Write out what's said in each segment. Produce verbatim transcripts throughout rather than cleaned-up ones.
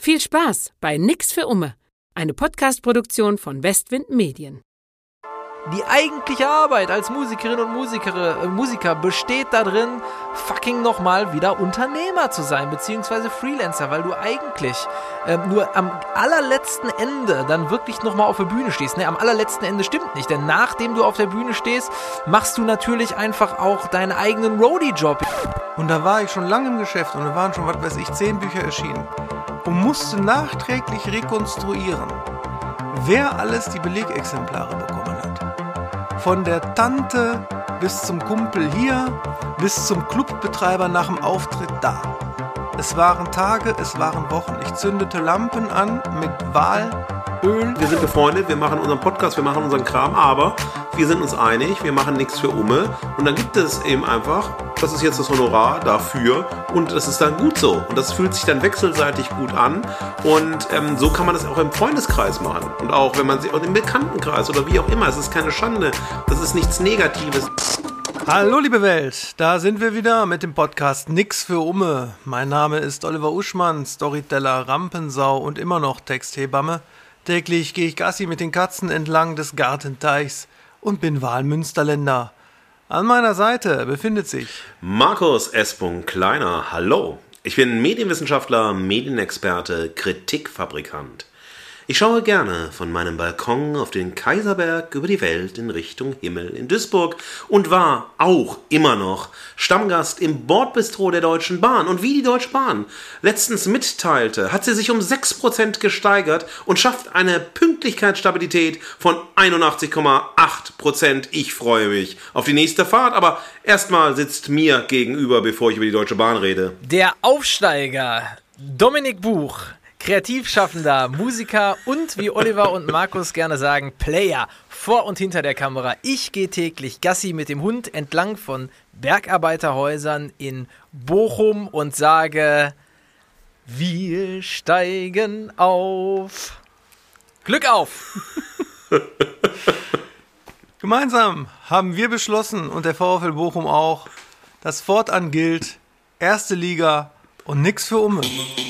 Viel Spaß bei Nix für Umme, eine Podcast-Produktion von Westwind Medien. Die eigentliche Arbeit als Musikerin und Musiker, äh, Musiker besteht darin, fucking nochmal wieder Unternehmer zu sein, beziehungsweise Freelancer, weil du eigentlich äh, nur am allerletzten Ende dann wirklich nochmal auf der Bühne stehst. Ne, am allerletzten Ende stimmt nicht, denn nachdem du auf der Bühne stehst, machst du natürlich einfach auch deinen eigenen Roadie-Job. Und da war ich schon lange im Geschäft und da waren schon, was weiß ich, zehn Bücher erschienen und musste nachträglich rekonstruieren, wer alles die Belegexemplare bekommen hat. Von der Tante bis zum Kumpel hier, bis zum Clubbetreiber nach dem Auftritt da. Es waren Tage, es waren Wochen. Ich zündete Lampen an mit Walöl. Wir sind befreundet, wir machen unseren Podcast, wir machen unseren Kram, aber wir sind uns einig, wir machen nichts für Umme. Und dann gibt es eben einfach, das ist jetzt das Honorar dafür und das ist dann gut so. Und das fühlt sich dann wechselseitig gut an. Und ähm, so kann man das auch im Freundeskreis machen. Und auch wenn man sie auch im Bekanntenkreis oder wie auch immer. Es ist keine Schande, das ist nichts Negatives. Hallo liebe Welt, da sind wir wieder mit dem Podcast Nix für Umme. Mein Name ist Oliver Uschmann, Storyteller, Rampensau und immer noch Texthebamme. Täglich gehe ich Gassi mit den Katzen entlang des Gartenteichs und bin Wahlmünsterländer. An meiner Seite befindet sich Markus S. Kleiner, hallo. Ich bin Medienwissenschaftler, Medienexperte, Kritikfabrikant. Ich schaue gerne von meinem Balkon auf den Kaiserberg über die Welt in Richtung Himmel in Duisburg und war auch immer noch Stammgast im Bordbistro der Deutschen Bahn. Und wie die Deutsche Bahn letztens mitteilte, hat sie sich um sechs Prozent gesteigert und schafft eine Pünktlichkeitsstabilität von einundachtzig Komma acht Prozent. Ich freue mich auf die nächste Fahrt, aber erstmal sitzt mir gegenüber, bevor ich über die Deutsche Bahn rede, Der Aufsteiger, Dominik Buch. Kreativschaffender, Musiker und, wie Oliver und Markus gerne sagen, Player vor und hinter der Kamera. Ich gehe täglich Gassi mit dem Hund entlang von Bergarbeiterhäusern in Bochum und sage, wir steigen auf. Glück auf! Gemeinsam haben wir beschlossen und der VfL Bochum auch, dass fortan gilt, erste Liga und nix für Umme.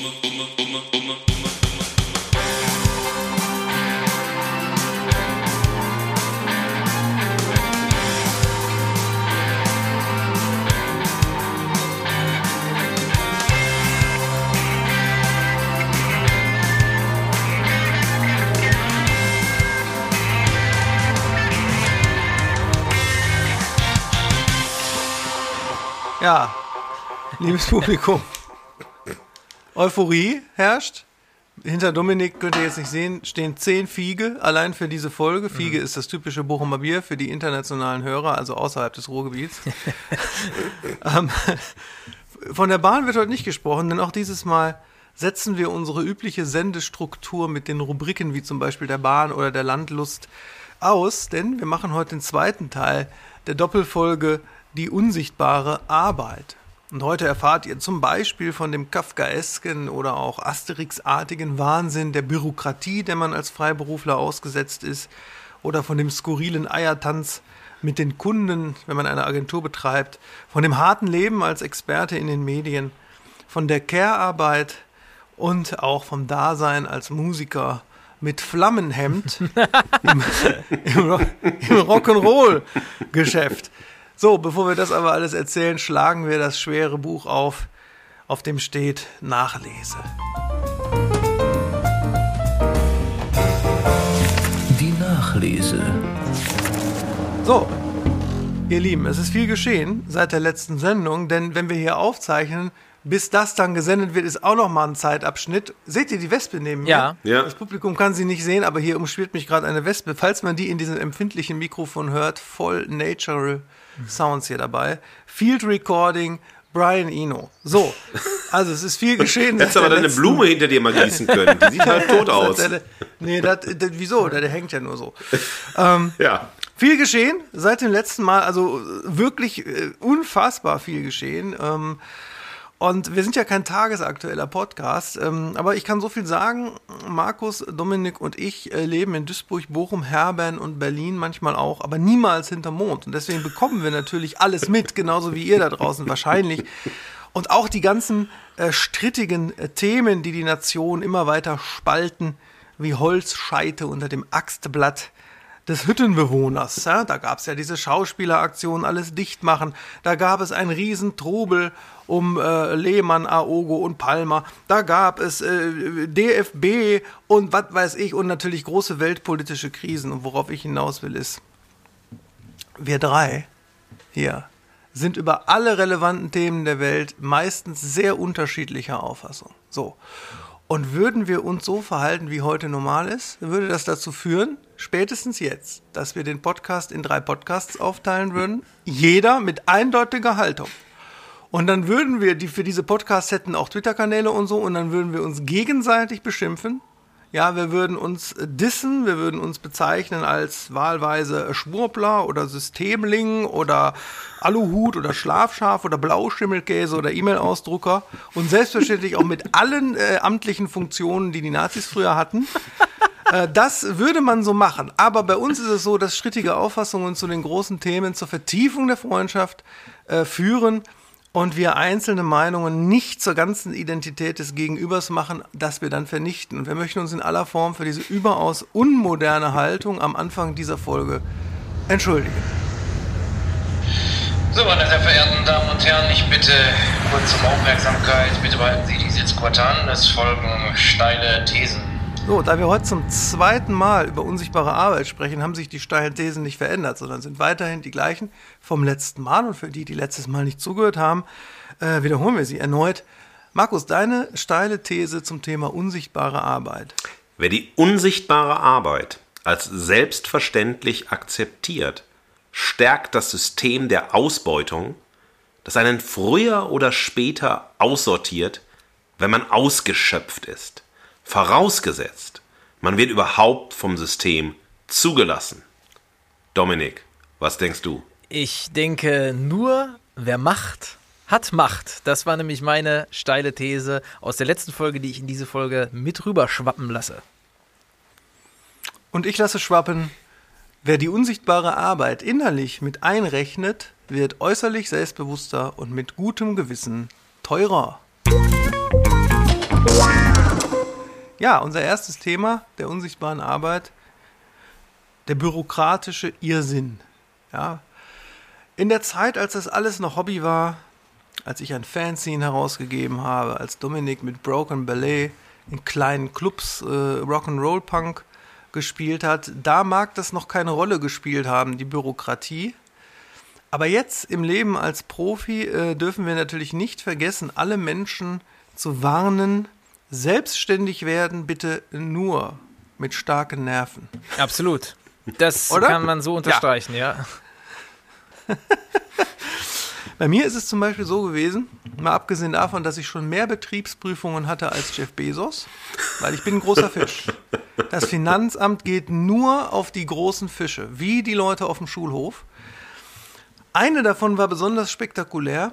Ja, liebes Publikum, Euphorie herrscht. Hinter Dominik, könnt ihr jetzt nicht sehen, stehen zehn Fiege, allein für diese Folge. Fiege mhm. ist das typische Bochumer Bier für die internationalen Hörer, also außerhalb des Ruhrgebiets. ähm, von der Bahn wird heute nicht gesprochen, denn auch dieses Mal setzen wir unsere übliche Sendestruktur mit den Rubriken wie zum Beispiel der Bahn oder der Landlust aus, denn wir machen heute den zweiten Teil der Doppelfolge Die unsichtbare Arbeit. Und heute erfahrt ihr zum Beispiel von dem kafkaesken oder auch Asterix-artigen Wahnsinn der Bürokratie, der man als Freiberufler ausgesetzt ist, oder von dem skurrilen Eiertanz mit den Kunden, wenn man eine Agentur betreibt, von dem harten Leben als Experte in den Medien, von der Care-Arbeit und auch vom Dasein als Musiker mit Flammenhemd im, im, im Rock'n'Roll-Geschäft. So, bevor wir das aber alles erzählen, schlagen wir das schwere Buch auf, auf dem steht Nachlese. Die Nachlese. So, ihr Lieben, es ist viel geschehen seit der letzten Sendung, denn wenn wir hier aufzeichnen, bis das dann gesendet wird, ist auch noch mal ein Zeitabschnitt. Seht ihr die Wespe neben mir? Ja. Ja. Das Publikum kann sie nicht sehen, aber hier umschwirrt mich gerade eine Wespe. Falls man die in diesem empfindlichen Mikrofon hört, voll natural Sounds hier dabei. Field Recording, Brian Eno. So, also es ist viel geschehen. Hättest aber deine letzten... Blume hinter dir mal gießen können. Die sieht halt tot aus. Das, nee, das, das, wieso? Der, der hängt ja nur so. Ähm, ja. Viel geschehen seit dem letzten Mal, also wirklich äh, unfassbar viel geschehen. Ähm, Und wir sind ja kein tagesaktueller Podcast, ähm, aber ich kann so viel sagen, Markus, Dominik und ich äh, leben in Duisburg, Bochum, Herborn und Berlin manchmal auch, aber niemals hinterm Mond. Und deswegen bekommen wir natürlich alles mit, genauso wie ihr da draußen wahrscheinlich. Und auch die ganzen äh, strittigen äh, Themen, die die Nation immer weiter spalten, wie Holzscheite unter dem Axtblatt des Hüttenbewohners. Ja, da gab es ja diese Schauspieleraktion, alles dicht machen. Da gab es einen riesen Trubel um äh, Lehmann, Aogo und Palmer. Da gab es äh, D F B und was weiß ich und natürlich große weltpolitische Krisen. Und worauf ich hinaus will ist, wir drei hier sind über alle relevanten Themen der Welt meistens sehr unterschiedlicher Auffassung. So. Und würden wir uns so verhalten, wie heute normal ist, würde das dazu führen, spätestens jetzt, dass wir den Podcast in drei Podcasts aufteilen würden, jeder mit eindeutiger Haltung. Und dann würden wir, die für diese Podcasts hätten auch Twitter-Kanäle und so, und dann würden wir uns gegenseitig beschimpfen. Ja, wir würden uns dissen, wir würden uns bezeichnen als wahlweise Schwurbler oder Systemling oder Aluhut oder Schlafschaf oder Blauschimmelkäse oder E-Mail-Ausdrucker und selbstverständlich auch mit allen äh, amtlichen Funktionen, die die Nazis früher hatten. Äh, das würde man so machen. Aber bei uns ist es so, dass strittige Auffassungen zu den großen Themen zur Vertiefung der Freundschaft äh, führen und wir einzelne Meinungen nicht zur ganzen Identität des Gegenübers machen, das wir dann vernichten. Und wir möchten uns in aller Form für diese überaus unmoderne Haltung am Anfang dieser Folge entschuldigen. So, meine sehr verehrten Damen und Herren, ich bitte kurz um Aufmerksamkeit. Bitte behalten Sie die Sitzquote an. Es folgen steile Thesen. So, da wir heute zum zweiten Mal über unsichtbare Arbeit sprechen, haben sich die steilen Thesen nicht verändert, sondern sind weiterhin die gleichen vom letzten Mal. Und für die, die letztes Mal nicht zugehört haben, äh, wiederholen wir sie erneut. Markus, deine steile These zum Thema unsichtbare Arbeit. Wer die unsichtbare Arbeit als selbstverständlich akzeptiert, stärkt das System der Ausbeutung, das einen früher oder später aussortiert, wenn man ausgeschöpft ist. Vorausgesetzt, man wird überhaupt vom System zugelassen. Dominik, was denkst du? Ich denke, nur wer Macht, hat Macht. Das war nämlich meine steile These aus der letzten Folge, die ich in diese Folge mit rüber schwappen lasse. Und ich lasse schwappen, wer die unsichtbare Arbeit innerlich mit einrechnet, wird äußerlich selbstbewusster und mit gutem Gewissen teurer. Ja, unser erstes Thema der unsichtbaren Arbeit, der bürokratische Irrsinn. Ja, in der Zeit, als das alles noch Hobby war, als ich ein Fanzine herausgegeben habe, als Dominik mit Broken Ballet in kleinen Clubs äh, Rock'n'Roll Punk gespielt hat, da mag das noch keine Rolle gespielt haben, die Bürokratie. Aber jetzt im Leben als Profi äh, dürfen wir natürlich nicht vergessen, alle Menschen zu warnen, selbstständig werden bitte nur mit starken Nerven. Absolut. Das Oder? Kann man so unterstreichen, ja. ja. Bei mir ist es zum Beispiel so gewesen, mal abgesehen davon, dass ich schon mehr Betriebsprüfungen hatte als Jeff Bezos, weil ich bin ein großer Fisch. Das Finanzamt geht nur auf die großen Fische, wie die Leute auf dem Schulhof. Eine davon war besonders spektakulär.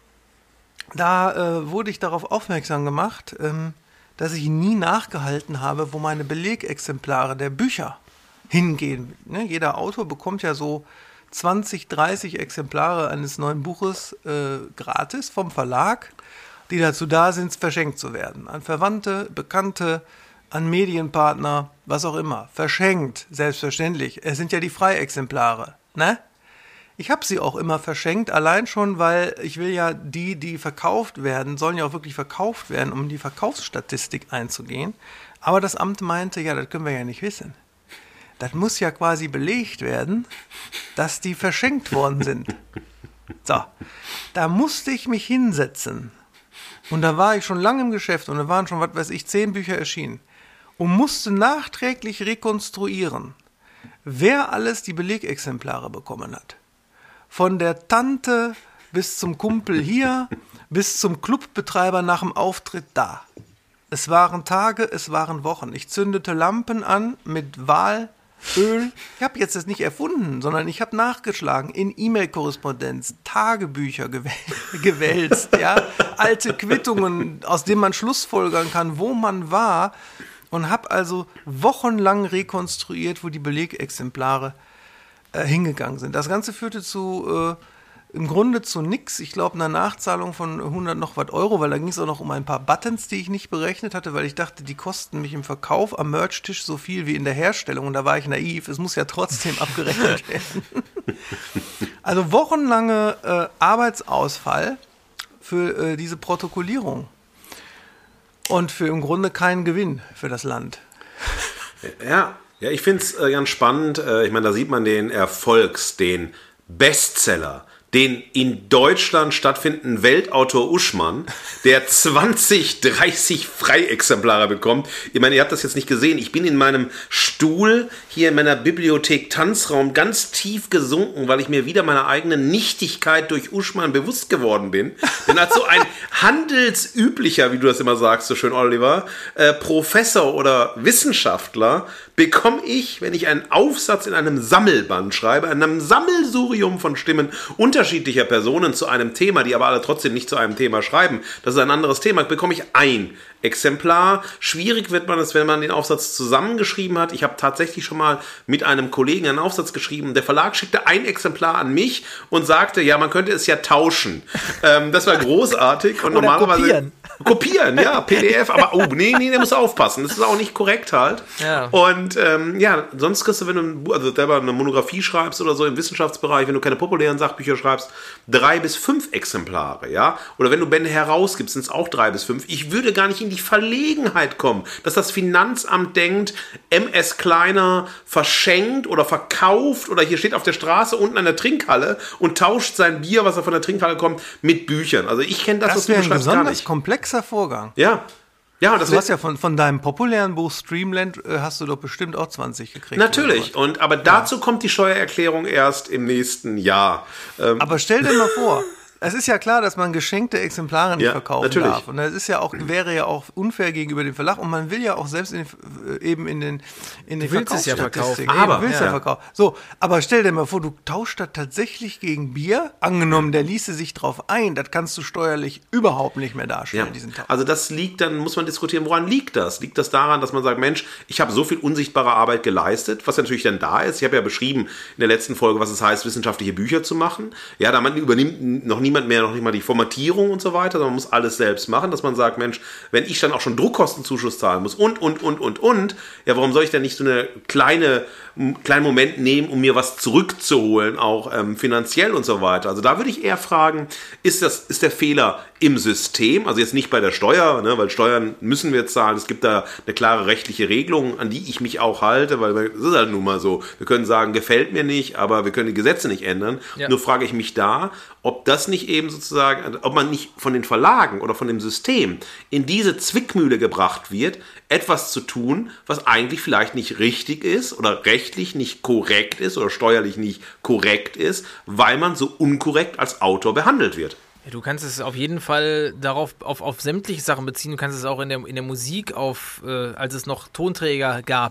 Da äh, wurde ich darauf aufmerksam gemacht, ähm, dass ich nie nachgehalten habe, wo meine Belegexemplare der Bücher hingehen. Ne? Jeder Autor bekommt ja so zwanzig, dreißig Exemplare eines neuen Buches äh, gratis vom Verlag, die dazu da sind, verschenkt zu werden. An Verwandte, Bekannte, an Medienpartner, was auch immer. Verschenkt, selbstverständlich. Es sind ja die Freiexemplare, ne? Ich habe sie auch immer verschenkt, allein schon, weil ich will ja, die, die verkauft werden, sollen ja auch wirklich verkauft werden, um in die Verkaufsstatistik einzugehen. Aber das Amt meinte, ja, das können wir ja nicht wissen. Das muss ja quasi belegt werden, dass die verschenkt worden sind. So, da musste ich mich hinsetzen. Und da war ich schon lange im Geschäft und da waren schon, was weiß ich, zehn Bücher erschienen. Und musste nachträglich rekonstruieren, wer alles die Belegexemplare bekommen hat. Von der Tante bis zum Kumpel hier, bis zum Clubbetreiber nach dem Auftritt da. Es waren Tage, es waren Wochen. Ich zündete Lampen an mit Walöl. Ich habe jetzt das nicht erfunden, sondern ich habe nachgeschlagen in E-Mail-Korrespondenz, Tagebücher gewäl- gewälzt, ja, alte Quittungen, aus denen man schlussfolgern kann, wo man war, und habe also wochenlang rekonstruiert, wo die Belegexemplare hingegangen sind. Das Ganze führte zu im Grunde zu nix. Ich glaube, eine Nachzahlung von hundert noch was Euro, weil da ging es auch noch um ein paar Buttons, die ich nicht berechnet hatte, weil ich dachte, die kosten mich im Verkauf am Merch-Tisch so viel wie in der Herstellung. Und da war ich naiv. Es muss ja trotzdem abgerechnet werden. Also wochenlange äh, Arbeitsausfall für äh, diese Protokollierung. Und für im Grunde keinen Gewinn für das Land. Ja, ja, ich finde es äh, ganz spannend. Äh, ich meine, da sieht man den Erfolgs, den Bestseller, den in Deutschland stattfindenden Weltautor Uschmann, der zwanzig, dreißig Freiexemplare bekommt. Ich meine, ihr habt das jetzt nicht gesehen. Ich bin in meinem Stuhl hier in meiner Bibliothek Tanzraum ganz tief gesunken, weil ich mir wieder meiner eigenen Nichtigkeit durch Uschmann bewusst geworden bin. Denn als so ein handelsüblicher, wie du das immer sagst, so schön, Oliver, äh, Professor oder Wissenschaftler, bekomme ich, wenn ich einen Aufsatz in einem Sammelband schreibe, in einem Sammelsurium von Stimmen unterschiedlicher Personen zu einem Thema, die aber alle trotzdem nicht zu einem Thema schreiben, das ist ein anderes Thema, bekomme ich ein Exemplar. Schwierig wird man es, wenn man den Aufsatz zusammengeschrieben hat. Ich habe tatsächlich schon mal mit einem Kollegen einen Aufsatz geschrieben. Der Verlag schickte ein Exemplar an mich und sagte, ja, man könnte es ja tauschen. Ähm, das war großartig. Und Oder normalerweise kopieren. Kopieren, ja, P D F, aber oh, nee, nee, der muss aufpassen. Das ist auch nicht korrekt halt. Ja. Und ähm, ja, sonst kriegst du, wenn du ein, also selber eine Monographie schreibst oder so im Wissenschaftsbereich, wenn du keine populären Sachbücher schreibst, drei bis fünf Exemplare, ja. Oder wenn du Bände herausgibst, sind es auch drei bis fünf. Ich würde gar nicht in die Verlegenheit kommen, dass das Finanzamt denkt, M S Kleiner verschenkt oder verkauft oder hier steht auf der Straße unten an der Trinkhalle und tauscht sein Bier, was er von der Trinkhalle kommt, mit Büchern. Also ich kenne das, Das was du wäre ein beschreibst, gar besonders nicht. komplexer Vorgang. Ja. Ja, und das Du wär- hast ja von, von deinem populären Buch Streamland äh, hast du doch bestimmt auch zwanzig gekriegt. Natürlich. oder Und aber dazu kommt die Steuererklärung erst im nächsten Jahr. Ähm, Aber stell dir mal vor, es ist ja klar, dass man geschenkte Exemplare nicht Ja, verkaufen natürlich. darf. Und das ist ja auch, wäre ja auch unfair gegenüber dem Verlag. Und man will ja auch selbst in, den- eben in den, in den willst es ja Verkaufsstatistiken. verkaufen. Eben, Aber, du willst ja. ja verkaufen. So, aber stell dir mal vor, du tauschst das tatsächlich gegen Bier. Angenommen, der ließe sich drauf ein. Das kannst du steuerlich überhaupt nicht mehr darstellen, Ja. diesen Tausch. Also das liegt, dann muss man diskutieren, woran liegt das? Liegt das daran, dass man sagt, Mensch, ich habe so viel unsichtbare Arbeit geleistet, was natürlich dann da ist. Ich habe ja beschrieben in der letzten Folge, was es heißt, wissenschaftliche Bücher zu machen. Ja, da man übernimmt noch niemand mehr, noch nicht mal die Formatierung und so weiter, sondern man muss alles selbst machen, dass man sagt, Mensch, wenn ich dann auch schon Druckkostenzuschuss zahlen muss und, und, und, und, und, ja, warum soll ich denn nicht so eine kleine, einen kleinen Moment nehmen, um mir was zurückzuholen, auch ähm, finanziell und so weiter. Also da würde ich eher fragen, ist das, ist der Fehler im System, also jetzt nicht bei der Steuer, ne, weil Steuern müssen wir zahlen, es gibt da eine klare rechtliche Regelung, an die ich mich auch halte, weil es ist halt nun mal so, wir können sagen, gefällt mir nicht, aber wir können die Gesetze nicht ändern. Ja. Nur frage ich mich da, ob das nicht eben sozusagen, ob man nicht von den Verlagen oder von dem System in diese Zwickmühle gebracht wird, etwas zu tun, was eigentlich vielleicht nicht richtig ist oder rechtlich nicht korrekt ist oder steuerlich nicht korrekt ist, weil man so unkorrekt als Autor behandelt wird. Ja, du kannst es auf jeden Fall darauf auf, auf sämtliche Sachen beziehen. Du kannst es auch in der, in der Musik auf, äh, als es noch Tonträger gab,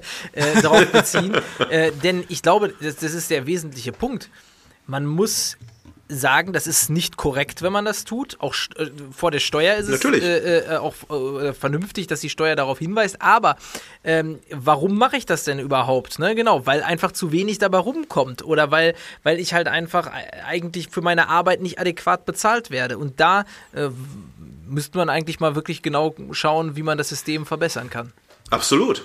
äh, darauf beziehen. äh, denn ich glaube, das, das ist der wesentliche Punkt. Man muss sagen, das ist nicht korrekt, wenn man das tut. Auch äh, vor der Steuer ist Natürlich. es äh, äh, auch äh, vernünftig, dass die Steuer darauf hinweist. Aber ähm, warum mache ich das denn überhaupt? Ne? Genau, weil einfach zu wenig dabei rumkommt oder weil, weil ich halt einfach eigentlich für meine Arbeit nicht adäquat bezahlt werde. Und da äh, müsste man eigentlich mal wirklich genau schauen, wie man das System verbessern kann. Absolut.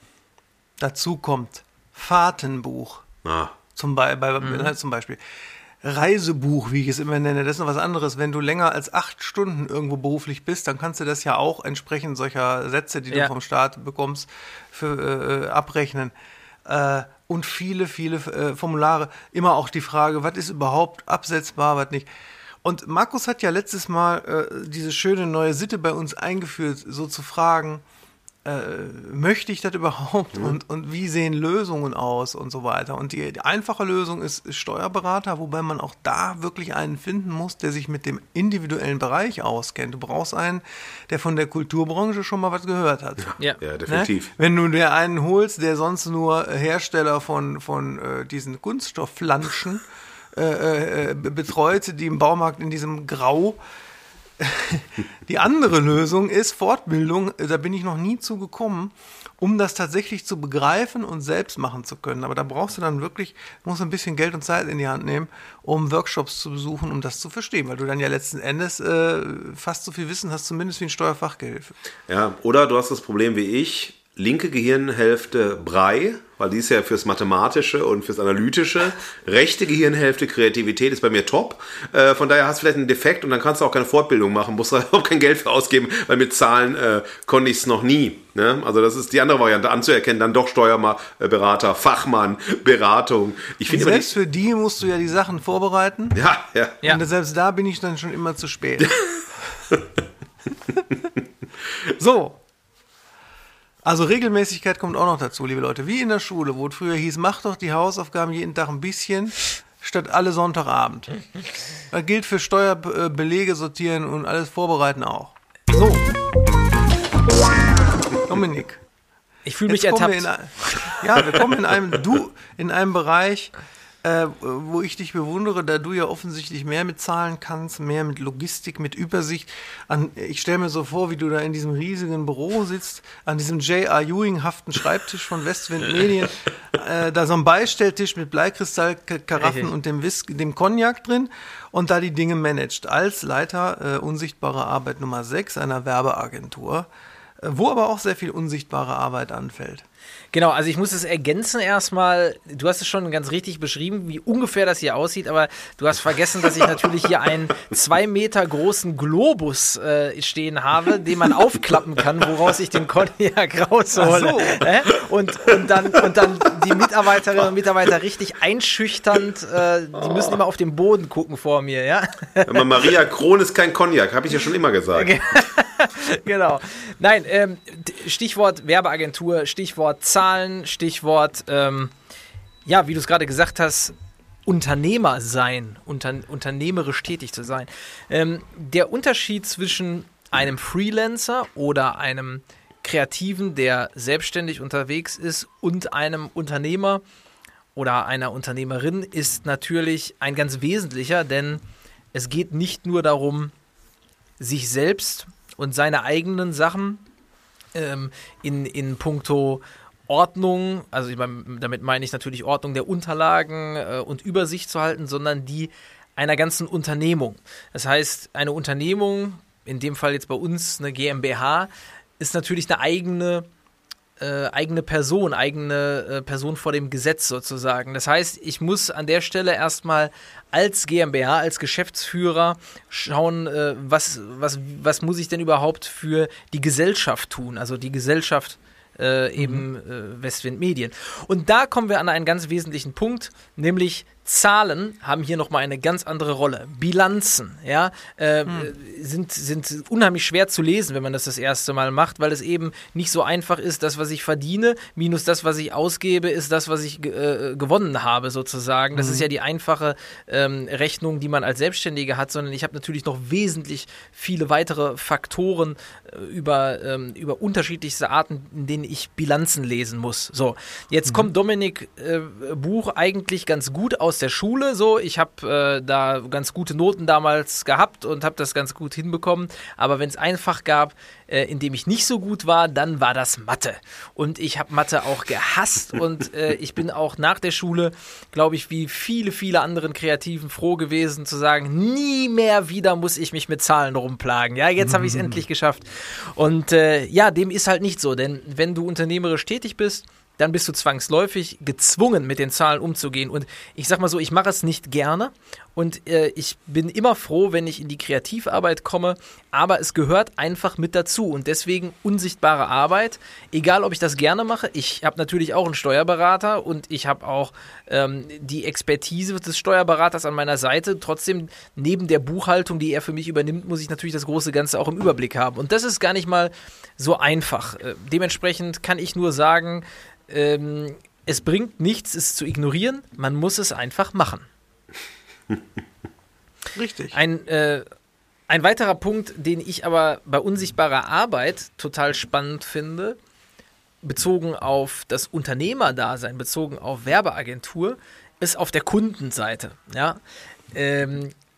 Dazu kommt Fahrtenbuch. Ah. Zum, Be bei, Mhm. zum Beispiel. Reisebuch, wie ich es immer nenne, das ist noch was anderes. Wenn du länger als acht Stunden irgendwo beruflich bist, dann kannst du das ja auch entsprechend solcher Sätze, die Ja. du vom Staat bekommst, für, äh, abrechnen. Äh, und viele, viele äh, Formulare. Immer auch die Frage, was ist überhaupt absetzbar, was nicht. Und Markus hat ja letztes Mal äh, diese schöne neue Sitte bei uns eingeführt, so zu fragen, äh, möchte ich das überhaupt und, und wie sehen Lösungen aus und so weiter. Und die, die einfache Lösung ist, ist Steuerberater, wobei man auch da wirklich einen finden muss, der sich mit dem individuellen Bereich auskennt. Du brauchst einen, der von der Kulturbranche schon mal was gehört hat. Ja. Ja, definitiv. Ne? Wenn du dir einen holst, der sonst nur Hersteller von, von äh, diesen Kunststoffflanschen äh, äh, betreut, die im Baumarkt in diesem Grau die andere Lösung ist Fortbildung, da bin ich noch nie zugekommen, um das tatsächlich zu begreifen und selbst machen zu können. Aber da brauchst du dann wirklich, musst ein bisschen Geld und Zeit in die Hand nehmen, um Workshops zu besuchen, um das zu verstehen, weil du dann ja letzten Endes äh, fast so viel Wissen hast, zumindest wie ein Steuerfachgehilfe. Ja, oder du hast das Problem wie ich, linke Gehirnhälfte Brei, weil die ist ja fürs Mathematische und fürs Analytische. Rechte Gehirnhälfte Kreativität ist bei mir top. Äh, von daher hast du vielleicht einen Defekt und dann kannst du auch keine Fortbildung machen, musst da überhaupt kein Geld für ausgeben, weil mit Zahlen äh, konnte ich es noch nie. Ne? Also das ist die andere Variante, anzuerkennen, dann doch Steuerberater, Fachmann, Beratung. Ich finde selbst für die musst du ja die Sachen vorbereiten. Ja, ja. Ja. Und selbst da bin ich dann schon immer zu spät. So. Also Regelmäßigkeit kommt auch noch dazu, liebe Leute. Wie in der Schule, wo es früher hieß, mach doch die Hausaufgaben jeden Tag ein bisschen, statt alle Sonntagabend. Das gilt für Steuerbelege sortieren und alles vorbereiten auch. So. Dominik. Ich fühle mich jetzt kommen ertappt. wir in, ja, wir kommen in einem, du, in einem Bereich, äh, wo ich dich bewundere, da du ja offensichtlich mehr mit Zahlen kannst, mehr mit Logistik, mit Übersicht. An, ich stelle mir so vor, wie du da in diesem riesigen Büro sitzt, an diesem J R. Ewing-haften Schreibtisch von Westwind Medien, äh, da so ein Beistelltisch mit Bleikristallkaraffen und dem Whisky, dem Cognac drin und da die Dinge managt. Als Leiter äh, unsichtbare Arbeit Nummer sechs einer Werbeagentur, äh, wo aber auch sehr viel unsichtbare Arbeit anfällt. Genau, also ich muss es ergänzen erstmal. Du hast es schon ganz richtig beschrieben, wie ungefähr das hier aussieht, aber du hast vergessen, dass ich natürlich hier einen zwei Meter großen Globus äh, stehen habe, den man aufklappen kann, woraus ich den Cognac raushole. So. Äh? Und, und, dann, und dann die Mitarbeiterinnen und Mitarbeiter richtig einschüchternd, äh, die müssen immer auf den Boden gucken vor mir, ja. Aber Maria Kron ist kein Cognac, habe ich ja schon immer gesagt. Genau. Nein, ähm, Stichwort Werbeagentur, Stichwort Zahlen, Stichwort, ähm, ja, wie du es gerade gesagt hast, Unternehmer sein, unter, unternehmerisch tätig zu sein. Ähm, der Unterschied zwischen einem Freelancer oder einem Kreativen, der selbstständig unterwegs ist, und einem Unternehmer oder einer Unternehmerin ist natürlich ein ganz wesentlicher, denn es geht nicht nur darum, sich selbst und seine eigenen Sachen ähm, in, in puncto Ordnung, also ich mein, damit meine ich natürlich Ordnung der Unterlagen äh, und Übersicht zu halten, sondern die einer ganzen Unternehmung. Das heißt, eine Unternehmung, in dem Fall jetzt bei uns eine GmbH, ist natürlich eine eigene Äh, eigene Person, eigene äh, Person vor dem Gesetz sozusagen. Das heißt, ich muss an der Stelle erstmal als GmbH, als Geschäftsführer schauen, äh, was, was, was muss ich denn überhaupt für die Gesellschaft tun, also die Gesellschaft äh, eben mhm. äh, Westwind Medien. Und da kommen wir an einen ganz wesentlichen Punkt, nämlich Zahlen haben hier nochmal eine ganz andere Rolle. Bilanzen, ja, äh, hm. sind, sind unheimlich schwer zu lesen, wenn man das das erste Mal macht, weil es eben nicht so einfach ist, das, was ich verdiene, minus das, was ich ausgebe, ist das, was ich äh, gewonnen habe, sozusagen. Das hm. ist ja die einfache ähm, Rechnung, die man als Selbstständiger hat, sondern ich habe natürlich noch wesentlich viele weitere Faktoren äh, über, ähm, über unterschiedlichste Arten, in denen ich Bilanzen lesen muss. So, jetzt hm. kommt Dominik äh, Buch eigentlich ganz gut aus der Schule, so, ich habe äh, da ganz gute Noten damals gehabt und habe das ganz gut hinbekommen, aber wenn es ein Fach gab, äh, in dem ich nicht so gut war, dann war das Mathe und ich habe Mathe auch gehasst und äh, ich bin auch nach der Schule, glaube ich, wie viele, viele anderen Kreativen froh gewesen zu sagen, nie mehr wieder muss ich mich mit Zahlen rumplagen, ja, jetzt habe ich es endlich geschafft und äh, ja, dem ist halt nicht so, denn wenn du unternehmerisch tätig bist, dann bist du zwangsläufig gezwungen, mit den Zahlen umzugehen. Und ich sag mal so, ich mache es nicht gerne und äh, ich bin immer froh, wenn ich in die Kreativarbeit komme, aber es gehört einfach mit dazu und deswegen unsichtbare Arbeit, egal ob ich das gerne mache. Ich habe natürlich auch einen Steuerberater und ich habe auch ähm, die Expertise des Steuerberaters an meiner Seite. Trotzdem, neben der Buchhaltung, die er für mich übernimmt, muss ich natürlich das große Ganze auch im Überblick haben. Und das ist gar nicht mal so einfach. Äh, dementsprechend kann ich nur sagen, Ähm, es bringt nichts, es zu ignorieren, man muss es einfach machen. Richtig. Ein, äh, ein weiterer Punkt, den ich aber bei unsichtbarer Arbeit total spannend finde, bezogen auf das Unternehmerdasein, bezogen auf Werbeagentur, ist auf der Kundenseite. Ja? Ähm,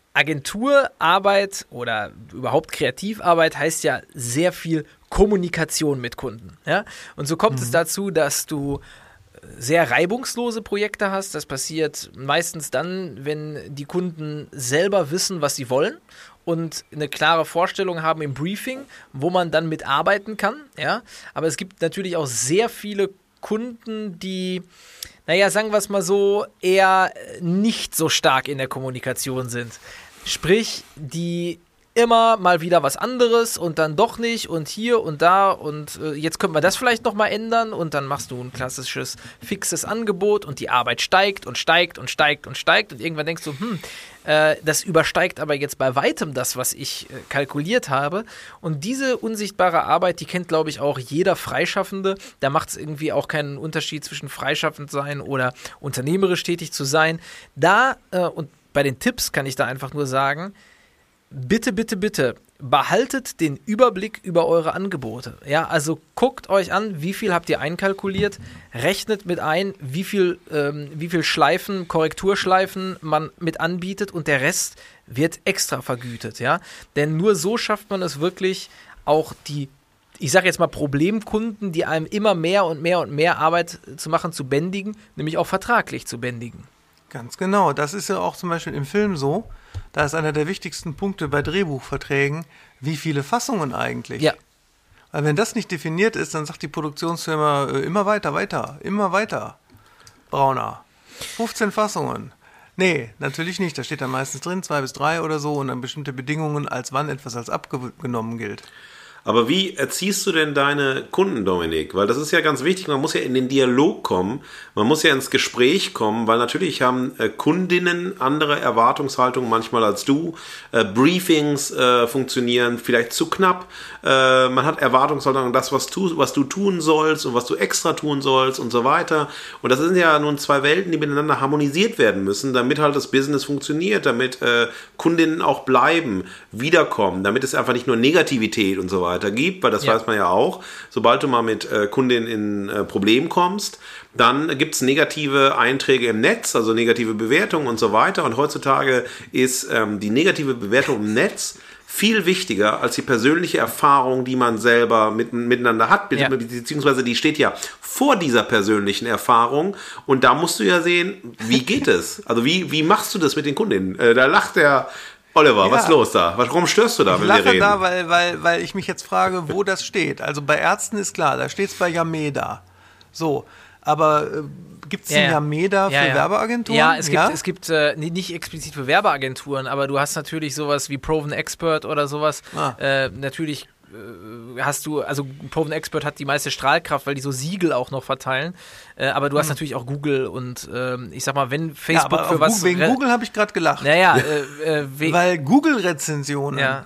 Agenturarbeit oder überhaupt Kreativarbeit heißt ja sehr viel Kommunikation mit Kunden. Ja? Und so kommt mhm. es dazu, dass du sehr reibungslose Projekte hast. Das passiert meistens dann, wenn die Kunden selber wissen, was sie wollen und eine klare Vorstellung haben im Briefing, wo man dann mitarbeiten kann. Ja? Aber es gibt natürlich auch sehr viele Kunden, die, naja, sagen wir es mal so, eher nicht so stark in der Kommunikation sind. Sprich, die immer mal wieder was anderes und dann doch nicht und hier und da und äh, jetzt können wir das vielleicht nochmal ändern und dann machst du ein klassisches, fixes Angebot und die Arbeit steigt und steigt und steigt und steigt und irgendwann denkst du, hm, äh, das übersteigt aber jetzt bei weitem das, was ich äh, kalkuliert habe, und diese unsichtbare Arbeit, die kennt, glaube ich, auch jeder Freischaffende. Da macht es irgendwie auch keinen Unterschied zwischen freischaffend sein oder unternehmerisch tätig zu sein. Da, äh, und bei den Tipps kann ich da einfach nur sagen, bitte, bitte, bitte, behaltet den Überblick über eure Angebote. Ja, also guckt euch an, wie viel habt ihr einkalkuliert, rechnet mit ein, wie viel, ähm, wie viel Schleifen, Korrekturschleifen man mit anbietet und der Rest wird extra vergütet. Ja, denn nur so schafft man es wirklich, auch die, ich sage jetzt mal, Problemkunden, die einem immer mehr und mehr und mehr Arbeit zu machen, zu bändigen, nämlich auch vertraglich zu bändigen. Ganz genau. Das ist ja auch zum Beispiel im Film so. Da ist einer der wichtigsten Punkte bei Drehbuchverträgen, wie viele Fassungen eigentlich. Ja. Weil wenn das nicht definiert ist, dann sagt die Produktionsfirma äh, immer weiter, weiter, immer weiter. Brauner. fünfzehn Fassungen. Nee, natürlich nicht. Da steht dann meistens drin, zwei bis drei oder so und dann bestimmte Bedingungen, als wann etwas als abgenommen gilt. Aber wie erziehst du denn deine Kunden, Dominik? Weil das ist ja ganz wichtig, man muss ja in den Dialog kommen, man muss ja ins Gespräch kommen, weil natürlich haben äh, Kundinnen andere Erwartungshaltungen manchmal als du. Äh, Briefings äh, funktionieren vielleicht zu knapp. Äh, man hat Erwartungshaltungen, das, was, tu, was du tun sollst und was du extra tun sollst und so weiter. Und das sind ja nun zwei Welten, die miteinander harmonisiert werden müssen, damit halt das Business funktioniert, damit äh, Kundinnen auch bleiben, wiederkommen, damit es einfach nicht nur Negativität und so weiter gibt, weil das ja. weiß man ja auch. Sobald du mal mit äh, Kundinnen in äh, Problem kommst, dann gibt es negative Einträge im Netz, also negative Bewertungen und so weiter. Und heutzutage ist ähm, die negative Bewertung im Netz viel wichtiger als die persönliche Erfahrung, die man selber mit, miteinander hat, ja. beziehungsweise die steht ja vor dieser persönlichen Erfahrung und da musst du ja sehen, wie geht es? Also wie, wie machst du das mit den Kundinnen? Äh, da lacht der Oliver, ja. Was ist los da? Warum störst du da, ich wenn wir reden? Ich lache da, weil, weil, weil ich mich jetzt frage, wo das steht. Also bei Ärzten ist klar, da steht es bei Yameda. So, aber äh, gibt es ja, ein Yameda ja, für ja. Werbeagenturen? Ja, es gibt, ja? es gibt äh, nicht explizit für Werbeagenturen, aber du hast natürlich sowas wie Proven Expert oder sowas. Ah. Äh, natürlich äh, hast du, also Proven Expert hat die meiste Strahlkraft, weil die so Siegel auch noch verteilen. Äh, aber du hast hm. natürlich auch Google und äh, ich sag mal, wenn Facebook ja, aber für was... Wegen Google habe ich gerade gelacht. Naja, äh, äh, weil Google-Rezensionen, ja.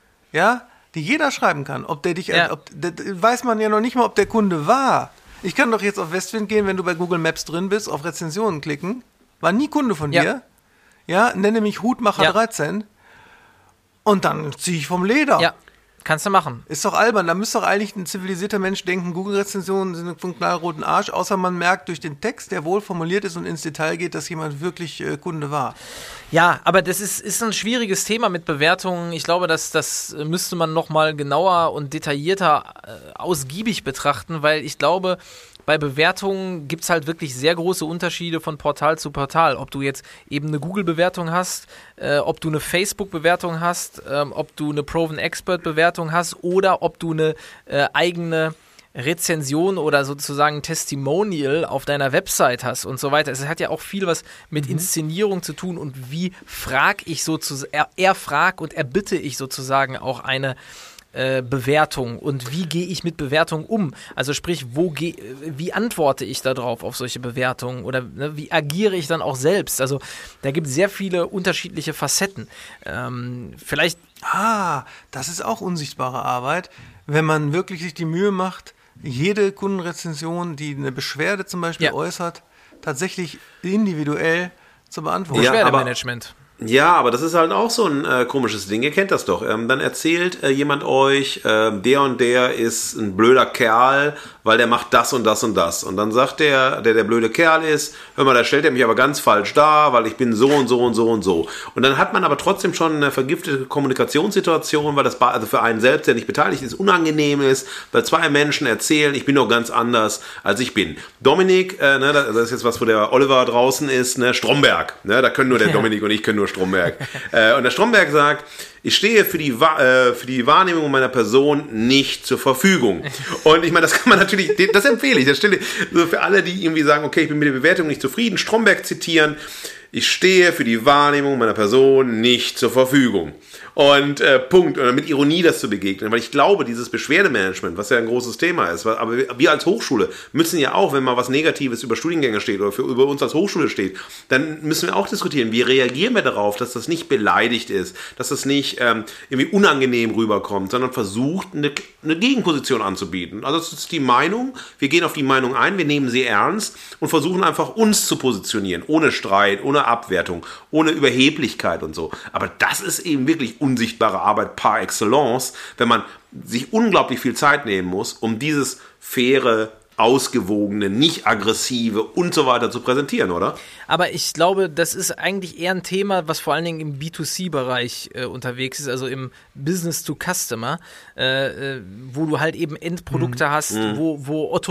ja, die jeder schreiben kann, ob der dich, ja. ob, der, weiß man ja noch nicht mal, ob der Kunde war. Ich kann doch jetzt auf Westwind gehen, wenn du bei Google Maps drin bist, auf Rezensionen klicken. War nie Kunde von ja. dir. Ja, nenne mich Hutmacher ja. dreizehn. Und dann ziehe ich vom Leder. Ja, kannst du machen. Ist doch albern. Da müsste doch eigentlich ein zivilisierter Mensch denken, Google-Rezensionen sind vom knallroten Arsch, außer man merkt durch den Text, der wohl formuliert ist und ins Detail geht, dass jemand wirklich äh, Kunde war. Ja, aber das ist, ist ein schwieriges Thema mit Bewertungen. Ich glaube, dass, das müsste man noch mal genauer und detaillierter äh, ausgiebig betrachten, weil ich glaube, bei Bewertungen gibt es halt wirklich sehr große Unterschiede von Portal zu Portal. Ob du jetzt eben eine Google-Bewertung hast, äh, ob du eine Facebook-Bewertung hast, ähm, ob du eine Proven Expert-Bewertung hast oder ob du eine äh, eigene Rezension oder sozusagen Testimonial auf deiner Website hast und so weiter. Es hat ja auch viel was mit mhm. Inszenierung zu tun und wie frag ich sozusagen, er, er frag und erbitte ich sozusagen auch eine äh, Bewertung und wie gehe ich mit Bewertungen um? Also sprich, wo geh, wie antworte ich da drauf auf solche Bewertungen oder ne, wie agiere ich dann auch selbst? Also da gibt es sehr viele unterschiedliche Facetten. Ähm, vielleicht Ah, das ist auch unsichtbare Arbeit, wenn man wirklich sich die Mühe macht, jede Kundenrezension, die eine Beschwerde zum Beispiel ja. äußert, tatsächlich individuell zu beantworten. Ja, Beschwerdemanagement. Ja, aber das ist halt auch so ein äh, komisches Ding. Ihr kennt das doch. Ähm, dann erzählt äh, jemand euch, äh, der und der ist ein blöder Kerl, weil der macht das und das und das. Und dann sagt der, der der blöde Kerl ist, hör mal, da stellt er mich aber ganz falsch dar, weil ich bin so und so und so und so. Und dann hat man aber trotzdem schon eine vergiftete Kommunikationssituation, weil das also für einen selbst, der nicht beteiligt ist, unangenehm ist, weil zwei Menschen erzählen, ich bin doch ganz anders, als ich bin. Dominik, äh, ne, das ist jetzt was, wo der Oliver draußen ist, ne, Stromberg. Ne, da können nur der Dominik und ich können nur Stromberg. äh, und der Stromberg sagt, ich stehe für die, äh, für die Wahrnehmung meiner Person nicht zur Verfügung. Und ich meine, das kann man natürlich, das empfehle ich, das stelle also für alle, die irgendwie sagen, okay, ich bin mit der Bewertung nicht zufrieden, Stromberg zitieren, ich stehe für die Wahrnehmung meiner Person nicht zur Verfügung. Und äh, Punkt. Oder mit Ironie das zu begegnen. Weil ich glaube, dieses Beschwerdemanagement, was ja ein großes Thema ist, aber wir als Hochschule müssen ja auch, wenn mal was Negatives über Studiengänge steht oder für, über uns als Hochschule steht, dann müssen wir auch diskutieren, wie reagieren wir darauf, dass das nicht beleidigt ist, dass das nicht ähm, irgendwie unangenehm rüberkommt, sondern versucht, eine, eine Gegenposition anzubieten. Also das ist die Meinung, wir gehen auf die Meinung ein, wir nehmen sie ernst und versuchen einfach uns zu positionieren, ohne Streit, ohne Abwertung, ohne Überheblichkeit und so. Aber das ist eben wirklich unsichtbare Arbeit par excellence, wenn man sich unglaublich viel Zeit nehmen muss, um dieses faire, ausgewogene, nicht aggressive und so weiter zu präsentieren, oder? Aber ich glaube, das ist eigentlich eher ein Thema, was vor allen Dingen im B zwei C-Bereich äh, unterwegs ist, also im Business to Customer, äh, äh, wo du halt eben Endprodukte mhm. hast, mhm. wo, wo Otto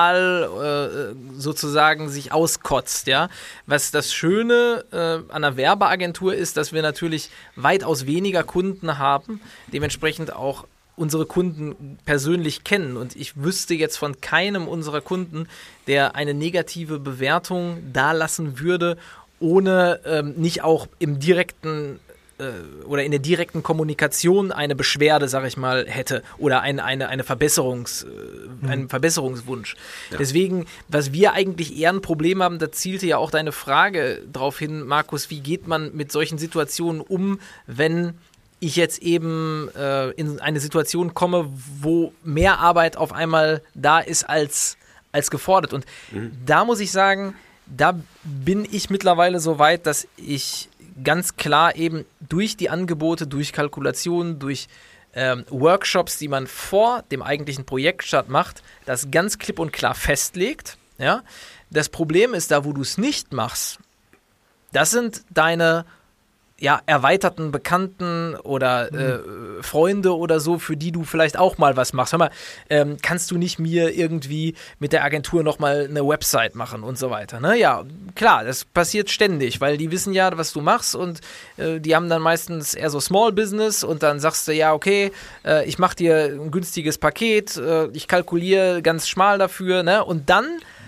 Normal äh, sozusagen sich auskotzt, ja. Was das Schöne äh, an einer Werbeagentur ist, dass wir natürlich weitaus weniger Kunden haben, dementsprechend auch unsere Kunden persönlich kennen, und ich wüsste jetzt von keinem unserer Kunden, der eine negative Bewertung dalassen würde, ohne ähm, nicht auch im direkten äh, oder in der direkten Kommunikation eine Beschwerde, sag ich mal, hätte oder ein, eine, eine Verbesserungs, äh, einen Verbesserungswunsch. Ja. Deswegen, was wir eigentlich eher ein Problem haben, da zielte ja auch deine Frage drauf hin, Markus, wie geht man mit solchen Situationen um, wenn ich jetzt eben äh, in eine Situation komme, wo mehr Arbeit auf einmal da ist als, als gefordert. Und mhm. da muss ich sagen, da bin ich mittlerweile so weit, dass ich ganz klar eben durch die Angebote, durch Kalkulationen, durch ähm, Workshops, die man vor dem eigentlichen Projektstart macht, das ganz klipp und klar festlegt. Ja? Das Problem ist da, wo du es nicht machst, das sind deine ja, erweiterten Bekannten oder mhm. äh, Freunde oder so, für die du vielleicht auch mal was machst. Hör mal, ähm, kannst du nicht mir irgendwie mit der Agentur nochmal eine Website machen und so weiter, ne? Ja, klar, das passiert ständig, weil die wissen ja, was du machst, und äh, die haben dann meistens eher so Small Business, und dann sagst du, ja, okay, äh, ich mach dir ein günstiges Paket, äh, ich kalkuliere ganz schmal dafür, ne? Und dann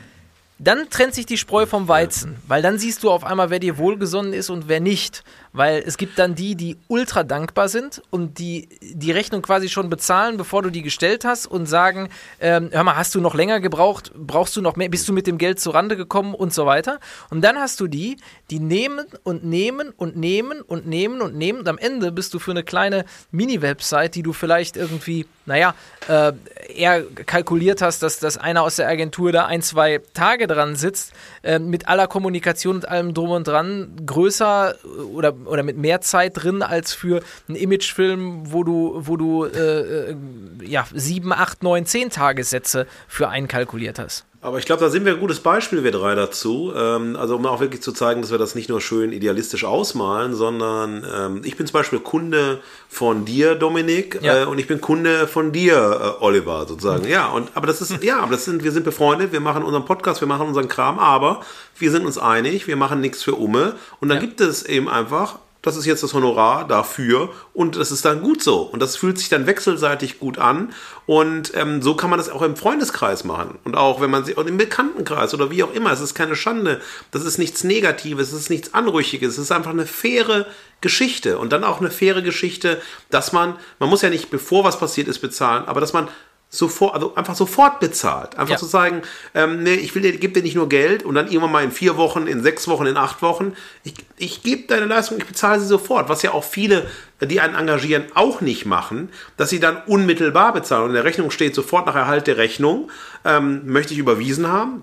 Dann trennt sich die Spreu vom Weizen, weil dann siehst du auf einmal, wer dir wohlgesonnen ist und wer nicht. Weil es gibt dann die, die ultra dankbar sind und die die Rechnung quasi schon bezahlen, bevor du die gestellt hast, und sagen, ähm, hör mal, hast du noch länger gebraucht, brauchst du noch mehr, bist du mit dem Geld zurande gekommen und so weiter. Und dann hast du die, die nehmen und nehmen und nehmen und nehmen und nehmen, und am Ende bist du für eine kleine Mini-Website, die du vielleicht irgendwie, naja, äh, eher kalkuliert hast, dass, dass einer aus der Agentur da ein, zwei Tage dran sitzt, äh, mit aller Kommunikation und allem drum und dran, größer oder oder mit mehr Zeit drin als für einen Imagefilm, wo du, wo du äh, äh, ja, sieben, acht, neun, zehn Tagessätze für einkalkuliert hast. Aber ich glaube, da sind wir ein gutes Beispiel, wir drei, dazu. Ähm, also um auch wirklich zu zeigen, dass wir das nicht nur schön idealistisch ausmalen, sondern ähm, ich bin zum Beispiel Kunde von dir, Dominik, ja. äh, und ich bin Kunde von dir, äh, Oliver, sozusagen. Mhm. Ja, und aber das ist, ja, aber das sind, wir sind befreundet, wir machen unseren Podcast, wir machen unseren Kram, aber wir sind uns einig, wir machen nichts für Umme, und dann ja. gibt es eben einfach, das ist jetzt das Honorar dafür, und das ist dann gut so. Und das fühlt sich dann wechselseitig gut an. Und ähm, so kann man das auch im Freundeskreis machen. Und auch wenn man sich, und im Bekanntenkreis oder wie auch immer. Es ist keine Schande. Das ist nichts Negatives, es ist nichts Anrüchiges. Es ist einfach eine faire Geschichte. Und dann auch eine faire Geschichte, dass man, man muss ja nicht, bevor was passiert ist, bezahlen, aber dass man sofort, also einfach sofort bezahlt. Einfach ja. zu sagen, ähm, nee, ich will dir, gebe dir nicht nur Geld und dann irgendwann mal in vier Wochen, in sechs Wochen, in acht Wochen. Ich, ich gebe deine Leistung, ich bezahle sie sofort. Was ja auch viele, die einen engagieren, auch nicht machen, dass sie dann unmittelbar bezahlen. Und in der Rechnung steht sofort nach Erhalt der Rechnung, ähm, möchte ich überwiesen haben.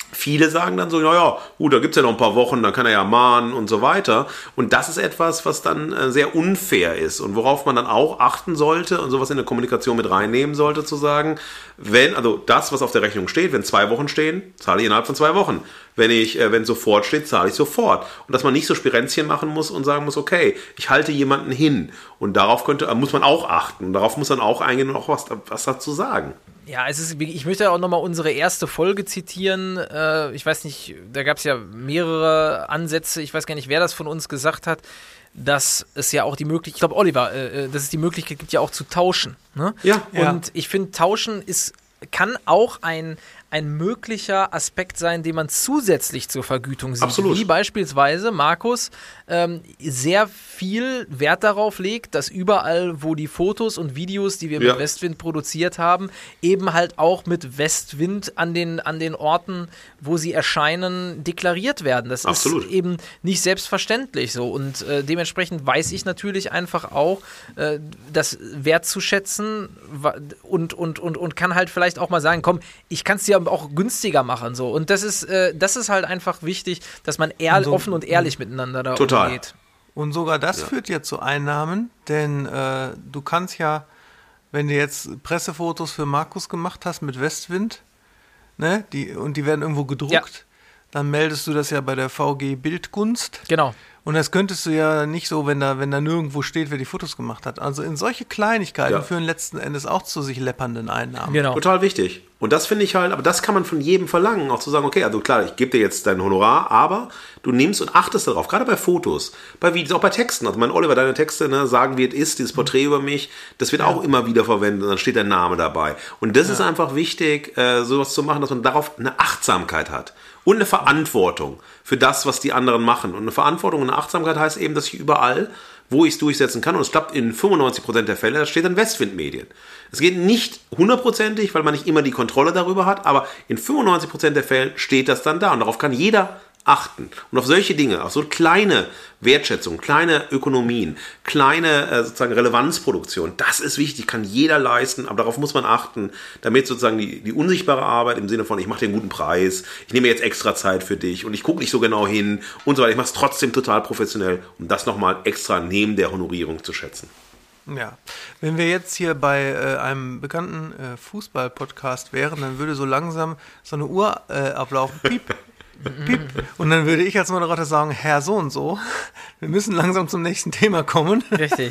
Viele sagen dann so, naja, gut, da gibt es ja noch ein paar Wochen, dann kann er ja mahnen und so weiter. Und das ist etwas, was dann äh, sehr unfair ist und worauf man dann auch achten sollte und sowas in der Kommunikation mit reinnehmen sollte, zu sagen, wenn, also das, was auf der Rechnung steht, wenn zwei Wochen stehen, zahle ich innerhalb von zwei Wochen. Wenn ich, äh, wenn sofort steht, zahle ich sofort. Und dass man nicht so Spirenzchen machen muss und sagen muss, okay, ich halte jemanden hin. Und darauf könnte, muss man auch achten. Und darauf muss man auch eingehen und auch was, was dazu sagen. Ja, es ist, ich möchte auch nochmal unsere erste Folge zitieren. Äh, ich weiß nicht, da gab es ja mehrere Ansätze. Ich weiß gar nicht, wer das von uns gesagt hat, dass es ja auch die Möglichkeit, ich glaube Oliver, äh, dass es die Möglichkeit gibt, ja auch zu tauschen. Ne? Ja. Und ja. ich finde, tauschen ist, kann auch ein, ein möglicher Aspekt sein, den man zusätzlich zur Vergütung sieht. Absolut. Wie beispielsweise Markus ähm, sehr viel Wert darauf legt, dass überall, wo die Fotos und Videos, die wir ja. mit Westwind produziert haben, eben halt auch mit Westwind an den, an den Orten, wo sie erscheinen, deklariert werden. Das Absolut. ist eben nicht selbstverständlich so. Und äh, dementsprechend weiß ich natürlich einfach auch, äh, das wertzuschätzen und, und, und, und kann halt vielleicht auch mal sagen, komm, ich kann es dir auch günstiger machen. So. Und das ist, äh, das ist halt einfach wichtig, dass man ehr- so, offen und ehrlich miteinander da total. umgeht. Und sogar das Ja. führt ja zu Einnahmen, denn äh, du kannst ja, wenn du jetzt Pressefotos für Markus gemacht hast mit Westwind, ne, die, und die werden irgendwo gedruckt, Ja. dann meldest du das ja bei der V G Bildkunst. Genau. Und das könntest du ja nicht so, wenn da, wenn da nirgendwo steht, wer die Fotos gemacht hat. Also in solche Kleinigkeiten Ja. führen letzten Endes auch zu sich läppernden Einnahmen. Genau. Total wichtig. Und das finde ich halt, aber das kann man von jedem verlangen, auch zu sagen, okay, also klar, ich gebe dir jetzt dein Honorar, aber du nimmst und achtest darauf, gerade bei Fotos, bei Videos, auch bei Texten. Also mein Oliver, deine Texte, ne, sagen, wie es ist, dieses Porträt über mich, das wird auch immer wieder verwendet und dann steht dein Name dabei. Und das ist einfach wichtig, äh, sowas zu machen, dass man darauf eine Achtsamkeit hat. Und eine Verantwortung für das, was die anderen machen. Und eine Verantwortung und eine Achtsamkeit heißt eben, dass ich überall, wo ich es durchsetzen kann, und es klappt in fünfundneunzig Prozent der Fälle, da steht dann Westwind-Medien. Es geht nicht hundertprozentig, weil man nicht immer die Kontrolle darüber hat, aber in fünfundneunzig Prozent der Fälle steht das dann da. Und darauf kann jeder achten. Und auf solche Dinge, auf so kleine Wertschätzung, kleine Ökonomien, kleine äh, sozusagen Relevanzproduktion, das ist wichtig, kann jeder leisten, aber darauf muss man achten, damit sozusagen die, die unsichtbare Arbeit im Sinne von, ich mache dir einen guten Preis, ich nehme jetzt extra Zeit für dich und ich gucke nicht so genau hin und so weiter, ich mache es trotzdem total professionell, um das nochmal extra neben der Honorierung zu schätzen. Ja, wenn wir jetzt hier bei äh, einem bekannten äh, Fußball-Podcast wären, dann würde so langsam so eine Uhr äh, ablaufen, piep, piep, und dann würde ich als Moderator sagen, Herr so und so, wir müssen langsam zum nächsten Thema kommen. Richtig.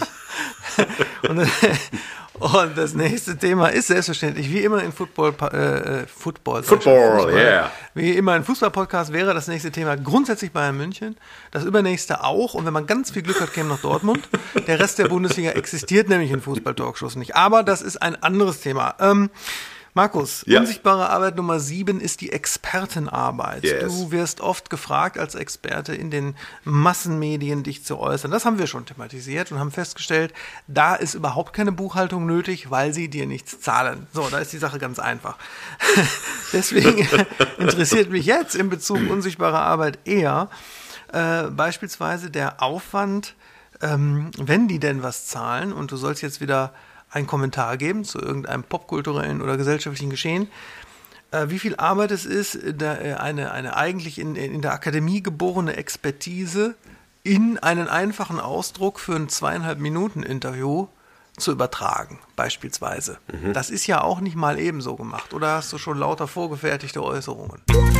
und, dann, und das nächste Thema ist selbstverständlich, wie immer in Football, äh, Football, Football, Fußball, yeah. Wie immer in Fußball-Podcast wäre das nächste Thema grundsätzlich Bayern München, das übernächste auch, und wenn man ganz viel Glück hat, käme noch Dortmund. Der Rest der Bundesliga existiert nämlich in Fußball-Talkshows nicht, aber das ist ein anderes Thema. Ähm, Markus, Ja. unsichtbare Arbeit Nummer sieben ist die Expertenarbeit. Yes. Du wirst oft gefragt, als Experte in den Massenmedien dich zu äußern. Das haben wir schon thematisiert und haben festgestellt, da ist überhaupt keine Buchhaltung nötig, weil sie dir nichts zahlen. So, da ist die Sache ganz einfach. Deswegen interessiert mich jetzt in Bezug unsichtbare Arbeit eher äh, beispielsweise der Aufwand, ähm, wenn die denn was zahlen, und du sollst jetzt wieder einen Kommentar geben zu irgendeinem popkulturellen oder gesellschaftlichen Geschehen, äh, wie viel Arbeit es ist, da, äh, eine, eine eigentlich in, in der Akademie geborene Expertise in einen einfachen Ausdruck für ein zweieinhalb Minuten Interview zu übertragen, beispielsweise. Mhm. Das ist ja auch nicht mal ebenso gemacht. Oder hast du schon lauter vorgefertigte Äußerungen?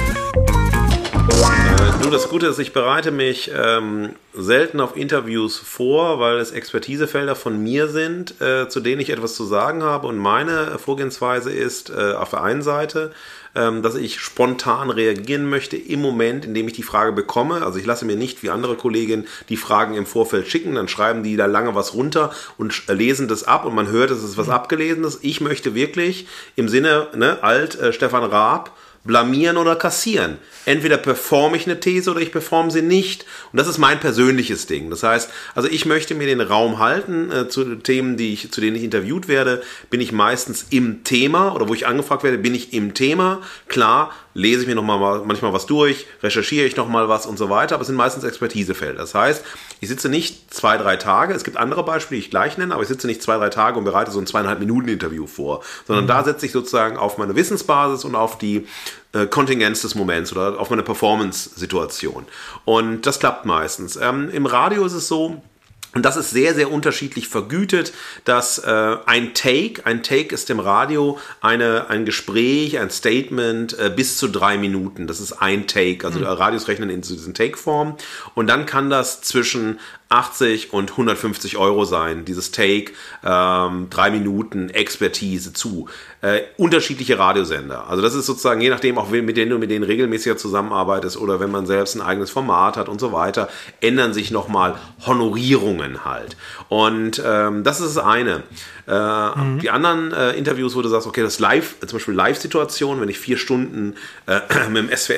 Äh, du, das Gute ist, ich bereite mich ähm, selten auf Interviews vor, weil es Expertisefelder von mir sind, äh, zu denen ich etwas zu sagen habe. Und meine Vorgehensweise ist äh, auf der einen Seite, ähm, dass ich spontan reagieren möchte im Moment, in dem ich die Frage bekomme. Also ich lasse mir nicht wie andere Kolleginnen die Fragen im Vorfeld schicken, dann schreiben die da lange was runter und lesen das ab und man hört, es ist was Abgelesenes. Ich möchte wirklich im Sinne, ne, alt äh, Stefan Raab, blamieren oder kassieren. Entweder performe ich eine These oder ich performe sie nicht. Und das ist mein persönliches Ding. Das heißt, also ich möchte mir den Raum halten äh, zu Themen, die ich, zu denen ich interviewt werde, bin ich meistens im Thema oder wo ich angefragt werde, bin ich im Thema. Klar, lese ich mir noch mal manchmal was durch, recherchiere ich noch mal was und so weiter, aber es sind meistens Expertisefelder. Das heißt, ich sitze nicht zwei, drei Tage, es gibt andere Beispiele, die ich gleich nenne, aber ich sitze nicht zwei, drei Tage und bereite so ein zweieinhalb Minuten Interview vor, sondern mhm. da setze ich sozusagen auf meine Wissensbasis und auf die äh, Kontingenz des Moments oder auf meine Performance-Situation. Und das klappt meistens. Ähm, im Radio ist es so, und das ist sehr, sehr unterschiedlich vergütet, dass äh, ein Take, ein Take ist im Radio eine, ein Gespräch, ein Statement äh, bis zu drei Minuten. Das ist ein Take. Also mhm. Radios rechnen in diesen Take-Form. Und dann kann das zwischen achtzig und hundertfünfzig Euro sein, dieses Take, ähm, drei Minuten Expertise zu. Äh, unterschiedliche Radiosender. Also das ist sozusagen, je nachdem, auch mit denen du mit denen regelmäßiger zusammenarbeitest oder wenn man selbst ein eigenes Format hat und so weiter, ändern sich nochmal Honorierungen halt. Und ähm, das ist das eine. Äh, mhm. Die anderen äh, Interviews, wo du sagst, okay, das Live, zum Beispiel Live-Situation, wenn ich vier Stunden äh, mit dem S W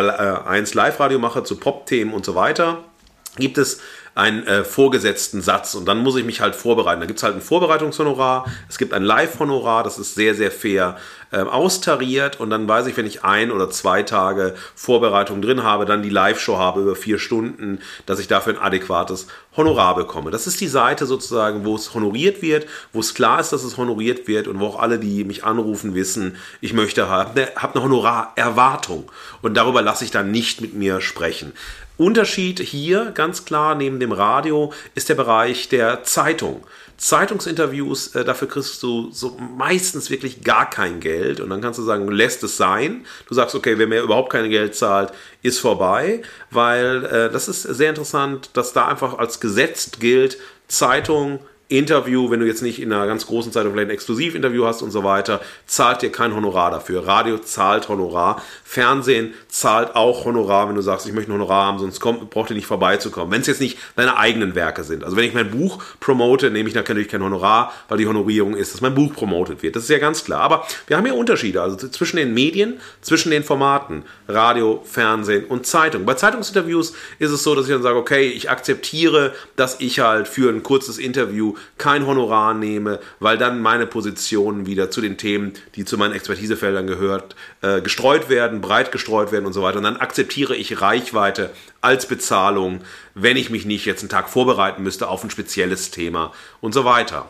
R eins Live-Radio mache zu Pop-Themen und so weiter, gibt es einen äh, vorgesetzten Satz und dann muss ich mich halt vorbereiten. Da gibt es halt ein Vorbereitungshonorar, es gibt ein Live-Honorar, das ist sehr, sehr fair äh, austariert und dann weiß ich, wenn ich ein oder zwei Tage Vorbereitung drin habe, dann die Live-Show habe über vier Stunden, dass ich dafür ein adäquates Honorar bekomme. Das ist die Seite sozusagen, wo es honoriert wird, wo es klar ist, dass es honoriert wird und wo auch alle, die mich anrufen, wissen, ich möchte haben, ne, habe eine Honorarerwartung und darüber lasse ich dann nicht mit mir sprechen. Unterschied hier, ganz klar, neben dem Radio, ist der Bereich der Zeitung. Zeitungsinterviews, äh, dafür kriegst du so meistens wirklich gar kein Geld und dann kannst du sagen, lässt es sein. Du sagst, okay, wer mir überhaupt kein Geld zahlt, ist vorbei, weil äh, das ist sehr interessant, dass da einfach als gesetzt gilt, Zeitung, Interview, wenn du jetzt nicht in einer ganz großen Zeitung vielleicht ein Exklusivinterview hast und so weiter, zahlt dir kein Honorar dafür. Radio zahlt Honorar. Fernsehen zahlt auch Honorar, wenn du sagst, ich möchte ein Honorar haben, sonst kommt, braucht ihr nicht vorbeizukommen. Wenn es jetzt nicht deine eigenen Werke sind. Also wenn ich mein Buch promote, nehme ich natürlich kein Honorar, weil die Honorierung ist, dass mein Buch promotet wird. Das ist ja ganz klar. Aber wir haben hier Unterschiede, also zwischen den Medien, zwischen den Formaten, Radio, Fernsehen und Zeitung. Bei Zeitungsinterviews ist es so, dass ich dann sage, okay, ich akzeptiere, dass ich halt für ein kurzes Interview kein Honorar nehme, weil dann meine Positionen wieder zu den Themen, die zu meinen Expertisefeldern gehört, äh, gestreut werden, breit gestreut werden und so weiter. Und dann akzeptiere ich Reichweite als Bezahlung, wenn ich mich nicht jetzt einen Tag vorbereiten müsste auf ein spezielles Thema und so weiter.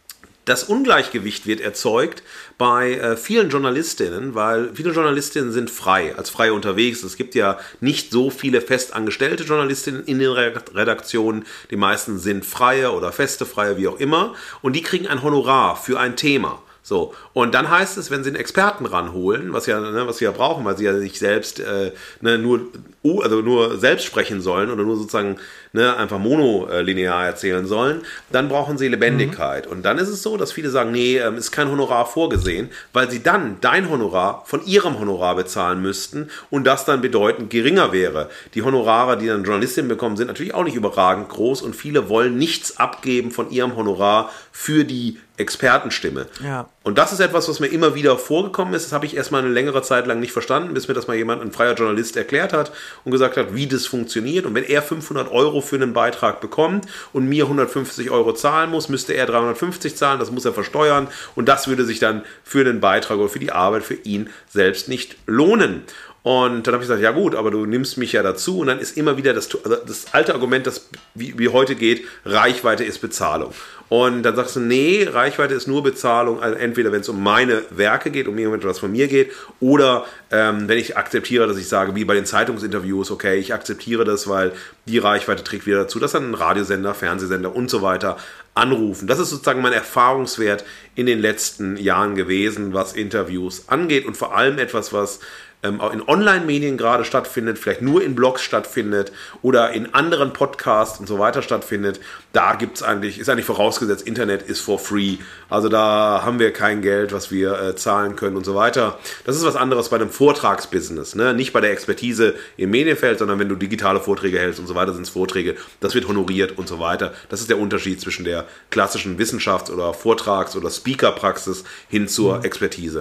Das Ungleichgewicht wird erzeugt bei äh, vielen Journalistinnen, weil viele Journalistinnen sind frei, als frei unterwegs. Es gibt ja nicht so viele festangestellte Journalistinnen in den Redaktionen. Die meisten sind freie oder feste Freie, wie auch immer. Und die kriegen ein Honorar für ein Thema. So, und dann heißt es, wenn sie einen Experten ranholen, was ja, ne, was sie ja brauchen, weil sie ja nicht selbst äh, ne, nur, also nur selbst sprechen sollen oder nur sozusagen ne, einfach monolinear erzählen sollen, dann brauchen sie Lebendigkeit. Mhm. Und dann ist es so, dass viele sagen, nee, ähm, ist kein Honorar vorgesehen, weil sie dann dein Honorar von ihrem Honorar bezahlen müssten und das dann bedeutend geringer wäre. Die Honorare, die dann Journalistinnen bekommen, sind natürlich auch nicht überragend groß und viele wollen nichts abgeben von ihrem Honorar für die Expertenstimme. Ja. Und das ist etwas, was mir immer wieder vorgekommen ist. Das habe ich erstmal eine längere Zeit lang nicht verstanden, bis mir das mal jemand, ein freier Journalist, erklärt hat und gesagt hat, wie das funktioniert. Und wenn er fünfhundert Euro für einen Beitrag bekommt und mir hundertfünfzig Euro zahlen muss, müsste er dreihundertfünfzig zahlen, das muss er versteuern und das würde sich dann für den Beitrag oder für die Arbeit für ihn selbst nicht lohnen. Und dann habe ich gesagt, ja gut, aber du nimmst mich ja dazu und dann ist immer wieder das, also das alte Argument, das wie, wie heute geht, Reichweite ist Bezahlung. Und dann sagst du, nee, Reichweite ist nur Bezahlung, also entweder wenn es um meine Werke geht, um irgendetwas von mir geht, oder ähm, wenn ich akzeptiere, dass ich sage, wie bei den Zeitungsinterviews, okay, ich akzeptiere das, weil die Reichweite trägt wieder dazu, dass dann ein Radiosender, Fernsehsender und so weiter anrufen. Das ist sozusagen mein Erfahrungswert in den letzten Jahren gewesen, was Interviews angeht und vor allem etwas, was ähm, auch in Online-Medien gerade stattfindet, vielleicht nur in Blogs stattfindet oder in anderen Podcasts und so weiter stattfindet. Da gibt's eigentlich, ist eigentlich vorausgesetzt, Internet ist for free. Also da haben wir kein Geld, was wir äh, zahlen können und so weiter. Das ist was anderes bei einem Vortragsbusiness, ne? Nicht bei der Expertise im Medienfeld, sondern wenn du digitale Vorträge hältst und so weiter, sind es Vorträge. Das wird honoriert und so weiter. Das ist der Unterschied zwischen der klassischen Wissenschafts- oder Vortrags- oder Speaker-Praxis hin zur Expertise.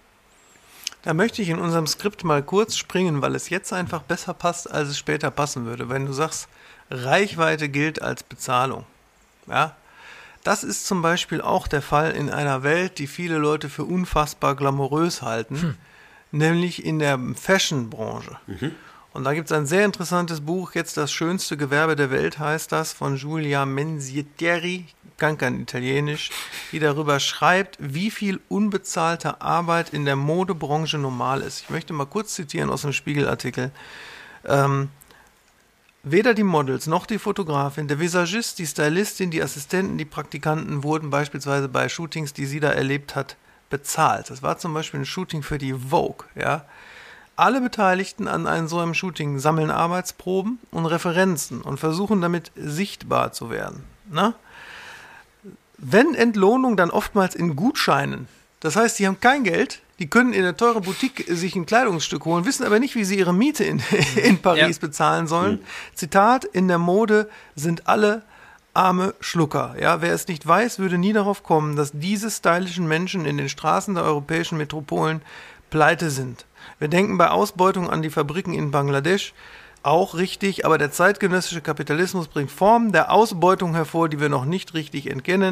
Da möchte ich in unserem Skript mal kurz springen, weil es jetzt einfach besser passt, als es später passen würde. Wenn du sagst, Reichweite gilt als Bezahlung. Ja, das ist zum Beispiel auch der Fall in einer Welt, die viele Leute für unfassbar glamourös halten, hm. nämlich in der Fashion-Branche. Mhm. Und da gibt es ein sehr interessantes Buch, jetzt das schönste Gewerbe der Welt heißt das, von Giulia Menziettieri, kann kein Italienisch, die darüber schreibt, wie viel unbezahlte Arbeit in der Modebranche normal ist. Ich möchte mal kurz zitieren aus dem Spiegelartikel. Ähm, Weder die Models noch die Fotografin, der Visagist, die Stylistin, die Assistenten, die Praktikanten wurden beispielsweise bei Shootings, die sie da erlebt hat, bezahlt. Das war zum Beispiel ein Shooting für die Vogue, ja. Alle Beteiligten an einem so einem Shooting sammeln Arbeitsproben und Referenzen und versuchen damit sichtbar zu werden. Ne? Wenn Entlohnung dann oftmals in Gutscheinen, das heißt, die haben kein Geld, die können in eine teure Boutique sich ein Kleidungsstück holen, wissen aber nicht, wie sie ihre Miete in, in Paris ja. bezahlen sollen. Mhm. Zitat, in der Mode sind alle arme Schlucker. Ja, wer es nicht weiß, würde nie darauf kommen, dass diese stylischen Menschen in den Straßen der europäischen Metropolen pleite sind. Wir denken bei Ausbeutung an die Fabriken in Bangladesch, auch richtig, aber der zeitgenössische Kapitalismus bringt Formen der Ausbeutung hervor, die wir noch nicht richtig entkennen.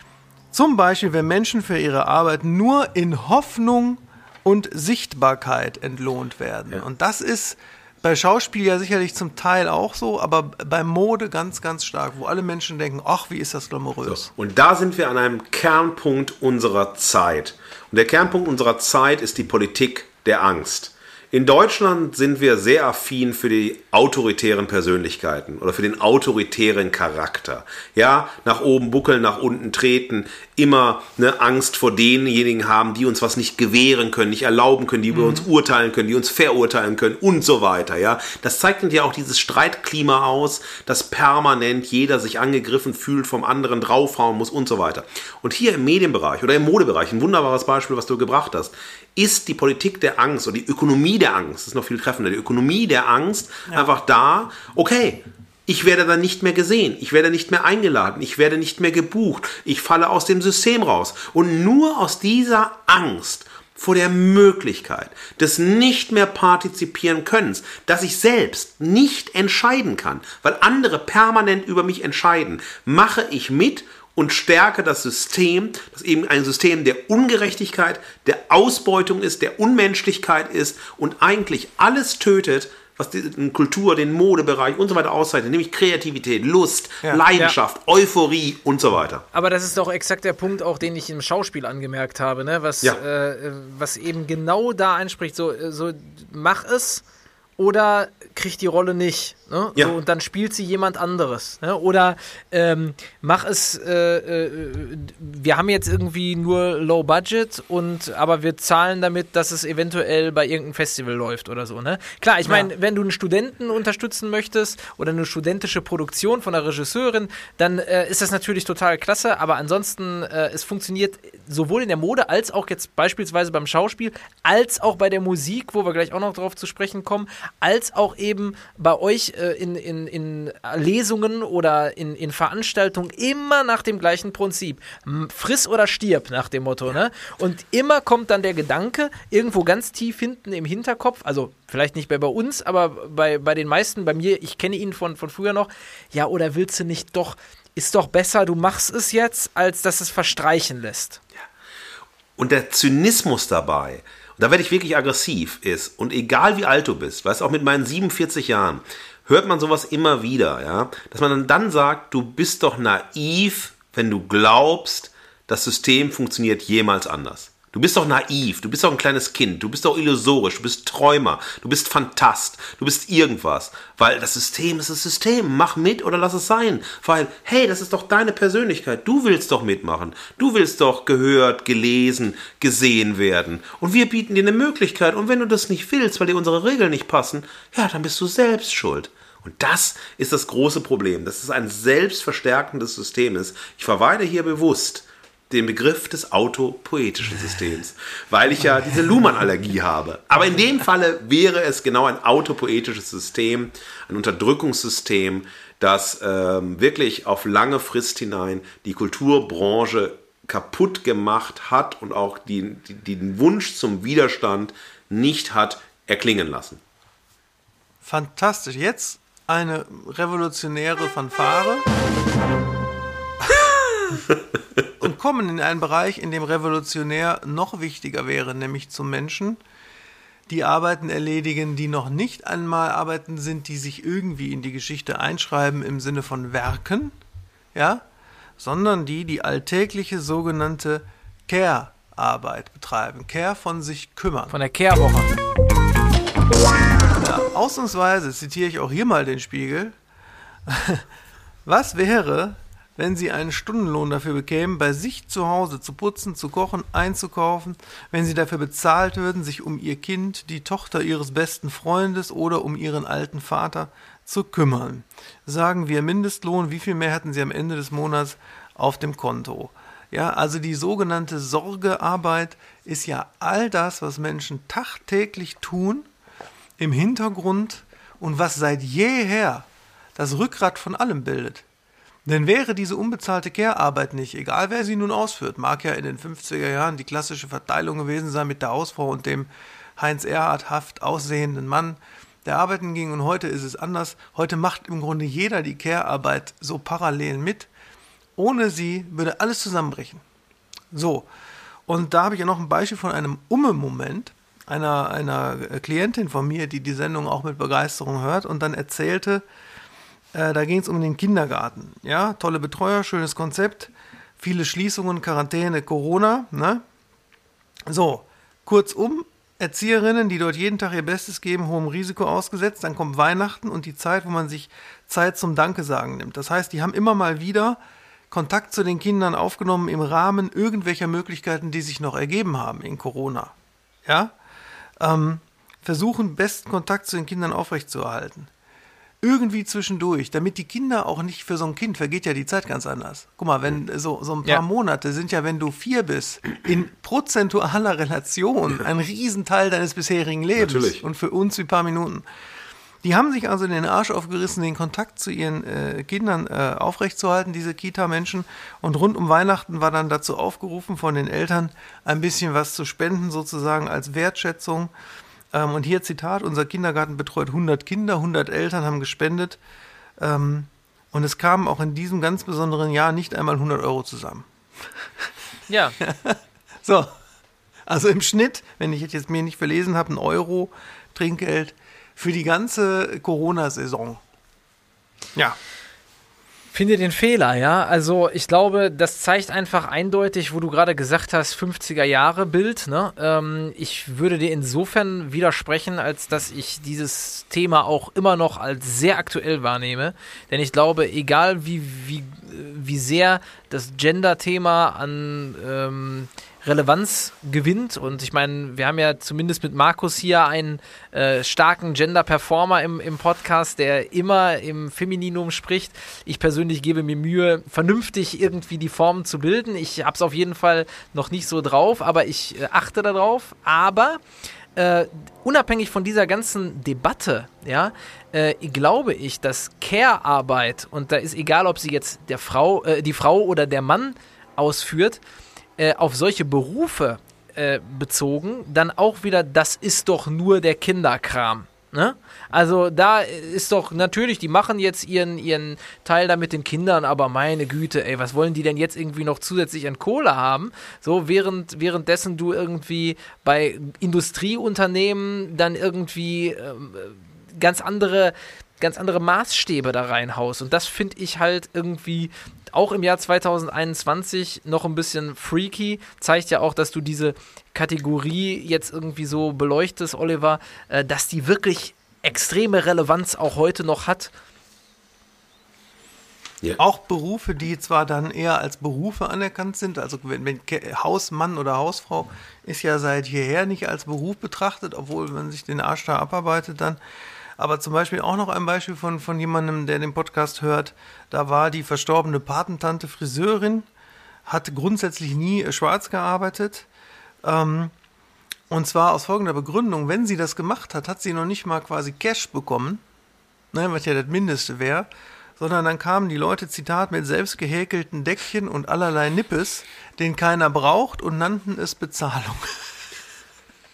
Zum Beispiel, wenn Menschen für ihre Arbeit nur in Hoffnung und Sichtbarkeit entlohnt werden. Ja. Und das ist bei Schauspiel ja sicherlich zum Teil auch so, aber bei Mode ganz, ganz stark, wo alle Menschen denken, ach, wie ist das glamourös. So, und da sind wir an einem Kernpunkt unserer Zeit. Und der Kernpunkt unserer Zeit ist die Politik der Angst. In Deutschland sind wir sehr affin für die autoritären Persönlichkeiten oder für den autoritären Charakter. Ja, nach oben buckeln, nach unten treten, immer eine Angst vor denjenigen haben, die uns was nicht gewähren können, nicht erlauben können, die über mhm. uns urteilen können, die uns verurteilen können und so weiter. Ja, das zeigt uns ja auch dieses Streitklima aus, dass permanent jeder sich angegriffen fühlt, vom anderen draufhauen muss und so weiter. Und hier im Medienbereich oder im Modebereich, ein wunderbares Beispiel, was du gebracht hast, ist die Politik der Angst oder die Ökonomie der Angst, das ist noch viel treffender, die Ökonomie der Angst, ja. einfach da, okay, ich werde dann nicht mehr gesehen, ich werde nicht mehr eingeladen, ich werde nicht mehr gebucht, ich falle aus dem System raus. Und nur aus dieser Angst vor der Möglichkeit des nicht mehr partizipieren Könnens, dass ich selbst nicht entscheiden kann, weil andere permanent über mich entscheiden, mache ich mit und stärke das System, das eben ein System der Ungerechtigkeit, der Ausbeutung ist, der Unmenschlichkeit ist und eigentlich alles tötet, was den Kultur-, den Modebereich und so weiter auszeichnet, nämlich Kreativität, Lust, ja, Leidenschaft, ja. Euphorie und so weiter. Aber das ist doch exakt der Punkt, auch den ich im Schauspiel angemerkt habe, ne? was, ja. äh, was eben genau da einspricht, so, so mach es oder krieg die Rolle nicht. Ne? Ja. So, und dann spielt sie jemand anderes. Ne? Oder ähm, mach es, äh, äh, wir haben jetzt irgendwie nur Low Budget, und aber wir zahlen damit, dass es eventuell bei irgendeinem Festival läuft oder so. Ne? Klar, ich meine, ja. wenn du einen Studenten unterstützen möchtest oder eine studentische Produktion von einer Regisseurin, dann äh, ist das natürlich total klasse, aber ansonsten, äh, es funktioniert sowohl in der Mode als auch jetzt beispielsweise beim Schauspiel, als auch bei der Musik, wo wir gleich auch noch drauf zu sprechen kommen, als auch eben bei euch äh, in, in, in Lesungen oder in, in Veranstaltungen immer nach dem gleichen Prinzip. Friss oder stirb nach dem Motto, ne? Und immer kommt dann der Gedanke, irgendwo ganz tief hinten im Hinterkopf, also vielleicht nicht mehr bei uns, aber bei, bei den meisten, bei mir, ich kenne ihn von, von früher noch, ja, oder willst du nicht doch, ist doch besser, du machst es jetzt, als dass es verstreichen lässt. Ja. Und der Zynismus dabei, da werde ich wirklich aggressiv, ist, und egal wie alt du bist, weißt du, auch mit meinen siebenundvierzig Jahren, hört man sowas immer wieder, ja, dass man dann, dann sagt, du bist doch naiv, wenn du glaubst, das System funktioniert jemals anders. Du bist doch naiv, du bist doch ein kleines Kind, du bist doch illusorisch, du bist Träumer, du bist Phantast, du bist irgendwas. Weil das System ist das System, mach mit oder lass es sein. Weil, hey, das ist doch deine Persönlichkeit, du willst doch mitmachen, du willst doch gehört, gelesen, gesehen werden. Und wir bieten dir eine Möglichkeit, und wenn du das nicht willst, weil dir unsere Regeln nicht passen, ja, dann bist du selbst schuld. Und das ist das große Problem, dass es ein selbstverstärkendes System ist. Ich verweile hier bewusst den Begriff des autopoetischen Systems, weil ich ja diese Luhmann-Allergie habe. Aber in dem Falle wäre es genau ein autopoetisches System, ein Unterdrückungssystem, das ähm, wirklich auf lange Frist hinein die Kulturbranche kaputt gemacht hat und auch die, die, den Wunsch zum Widerstand nicht hat erklingen lassen. Fantastisch. Jetzt eine revolutionäre Fanfare. Und kommen in einen Bereich, in dem revolutionär noch wichtiger wäre, nämlich zum Menschen, die Arbeiten erledigen, die noch nicht einmal Arbeiten sind, die sich irgendwie in die Geschichte einschreiben im Sinne von Werken, ja, sondern die die alltägliche sogenannte Care-Arbeit betreiben. Care von sich kümmern. Von der Care-Woche. Ja, ausnahmsweise zitiere ich auch hier mal den Spiegel. Was wäre, wenn Sie einen Stundenlohn dafür bekämen, bei sich zu Hause zu putzen, zu kochen, einzukaufen, wenn Sie dafür bezahlt würden, sich um Ihr Kind, die Tochter Ihres besten Freundes oder um Ihren alten Vater zu kümmern? Sagen wir Mindestlohn, wie viel mehr hätten Sie am Ende des Monats auf dem Konto? Ja, also die sogenannte Sorgearbeit ist ja all das, was Menschen tagtäglich tun, im Hintergrund und was seit jeher das Rückgrat von allem bildet. Denn wäre diese unbezahlte Care-Arbeit nicht, egal wer sie nun ausführt, mag ja in den fünfziger Jahren die klassische Verteilung gewesen sein mit der Hausfrau und dem Heinz Erhardt-haft aussehenden Mann, der arbeiten ging, und heute ist es anders. Heute macht im Grunde jeder die Care-Arbeit so parallel mit. Ohne sie würde alles zusammenbrechen. So, und da habe ich ja noch ein Beispiel von einem Umme-Moment, einer, einer Klientin von mir, die die Sendung auch mit Begeisterung hört und dann erzählte, Äh, da ging es um den Kindergarten. Ja, tolle Betreuer, schönes Konzept, viele Schließungen, Quarantäne, Corona. Ne? So, kurzum, Erzieherinnen, die dort jeden Tag ihr Bestes geben, hohem Risiko ausgesetzt. Dann kommt Weihnachten und die Zeit, wo man sich Zeit zum Danke sagen nimmt. Das heißt, die haben immer mal wieder Kontakt zu den Kindern aufgenommen im Rahmen irgendwelcher Möglichkeiten, die sich noch ergeben haben in Corona. Ja, ähm, versuchen, besten Kontakt zu den Kindern aufrechtzuerhalten. Irgendwie zwischendurch, damit die Kinder auch nicht, für so ein Kind vergeht ja die Zeit ganz anders. Guck mal, wenn so, so ein paar ja. Monate sind ja, wenn du vier bist, in prozentualer Relation ein Riesenteil deines bisherigen Lebens. Natürlich. Und für uns wie ein paar Minuten. Die haben sich also den Arsch aufgerissen, den Kontakt zu ihren äh, Kindern äh, aufrechtzuerhalten, diese Kita-Menschen. Und rund um Weihnachten war dann dazu aufgerufen, von den Eltern ein bisschen was zu spenden, sozusagen als Wertschätzung. Ähm, und hier Zitat, unser Kindergarten betreut hundert Kinder, hundert Eltern haben gespendet. Ähm, und es kamen auch in diesem ganz besonderen Jahr nicht einmal hundert Euro zusammen. Ja. So, also im Schnitt, wenn ich jetzt mir nicht verlesen habe, ein Euro Trinkgeld für die ganze Corona-Saison. Ja. Finde den Fehler, ja. Also ich glaube, das zeigt einfach eindeutig, wo du gerade gesagt hast, fünfziger Jahre Bild. Ne? Ähm, ich würde dir insofern widersprechen, als dass ich dieses Thema auch immer noch als sehr aktuell wahrnehme. Denn ich glaube, egal wie, wie, wie sehr das Gender-Thema an ähm, Relevanz gewinnt, und ich meine, wir haben ja zumindest mit Markus hier einen äh, starken Gender-Performer im, im Podcast, der immer im Femininum spricht. Ich persönlich gebe mir Mühe, vernünftig irgendwie die Formen zu bilden. Ich habe es auf jeden Fall noch nicht so drauf, aber ich äh, achte darauf. Aber äh, unabhängig von dieser ganzen Debatte, ja, äh, glaube ich, dass Care-Arbeit, und da ist egal, ob sie jetzt der Frau, äh, die Frau oder der Mann ausführt, auf solche Berufe äh, bezogen, dann auch wieder, das ist doch nur der Kinderkram. Ne? Also da ist doch natürlich, die machen jetzt ihren, ihren Teil da mit den Kindern, aber meine Güte, ey, was wollen die denn jetzt irgendwie noch zusätzlich an Kohle haben? So, während, währenddessen du irgendwie bei Industrieunternehmen dann irgendwie ähm, ganz andere ganz andere Maßstäbe da reinhaust. Und das finde ich halt irgendwie auch im Jahr zweitausendeinundzwanzig noch ein bisschen freaky. Zeigt ja auch, dass du diese Kategorie jetzt irgendwie so beleuchtest, Oliver, äh, dass die wirklich extreme Relevanz auch heute noch hat. Ja. Auch Berufe, die zwar dann eher als Berufe anerkannt sind, also wenn, wenn Hausmann oder Hausfrau ist ja seit jeher nicht als Beruf betrachtet, obwohl man sich den Arsch da abarbeitet dann. Aber zum Beispiel auch noch ein Beispiel von, von jemandem, der den Podcast hört. Da war die verstorbene Patentante Friseurin, hat grundsätzlich nie schwarz gearbeitet. Ähm, und zwar aus folgender Begründung: Wenn sie das gemacht hat, hat sie noch nicht mal quasi Cash bekommen, ne, was ja das Mindeste wäre, sondern dann kamen die Leute, Zitat, mit selbst gehäkelten Deckchen und allerlei Nippes, den keiner braucht, und nannten es Bezahlung.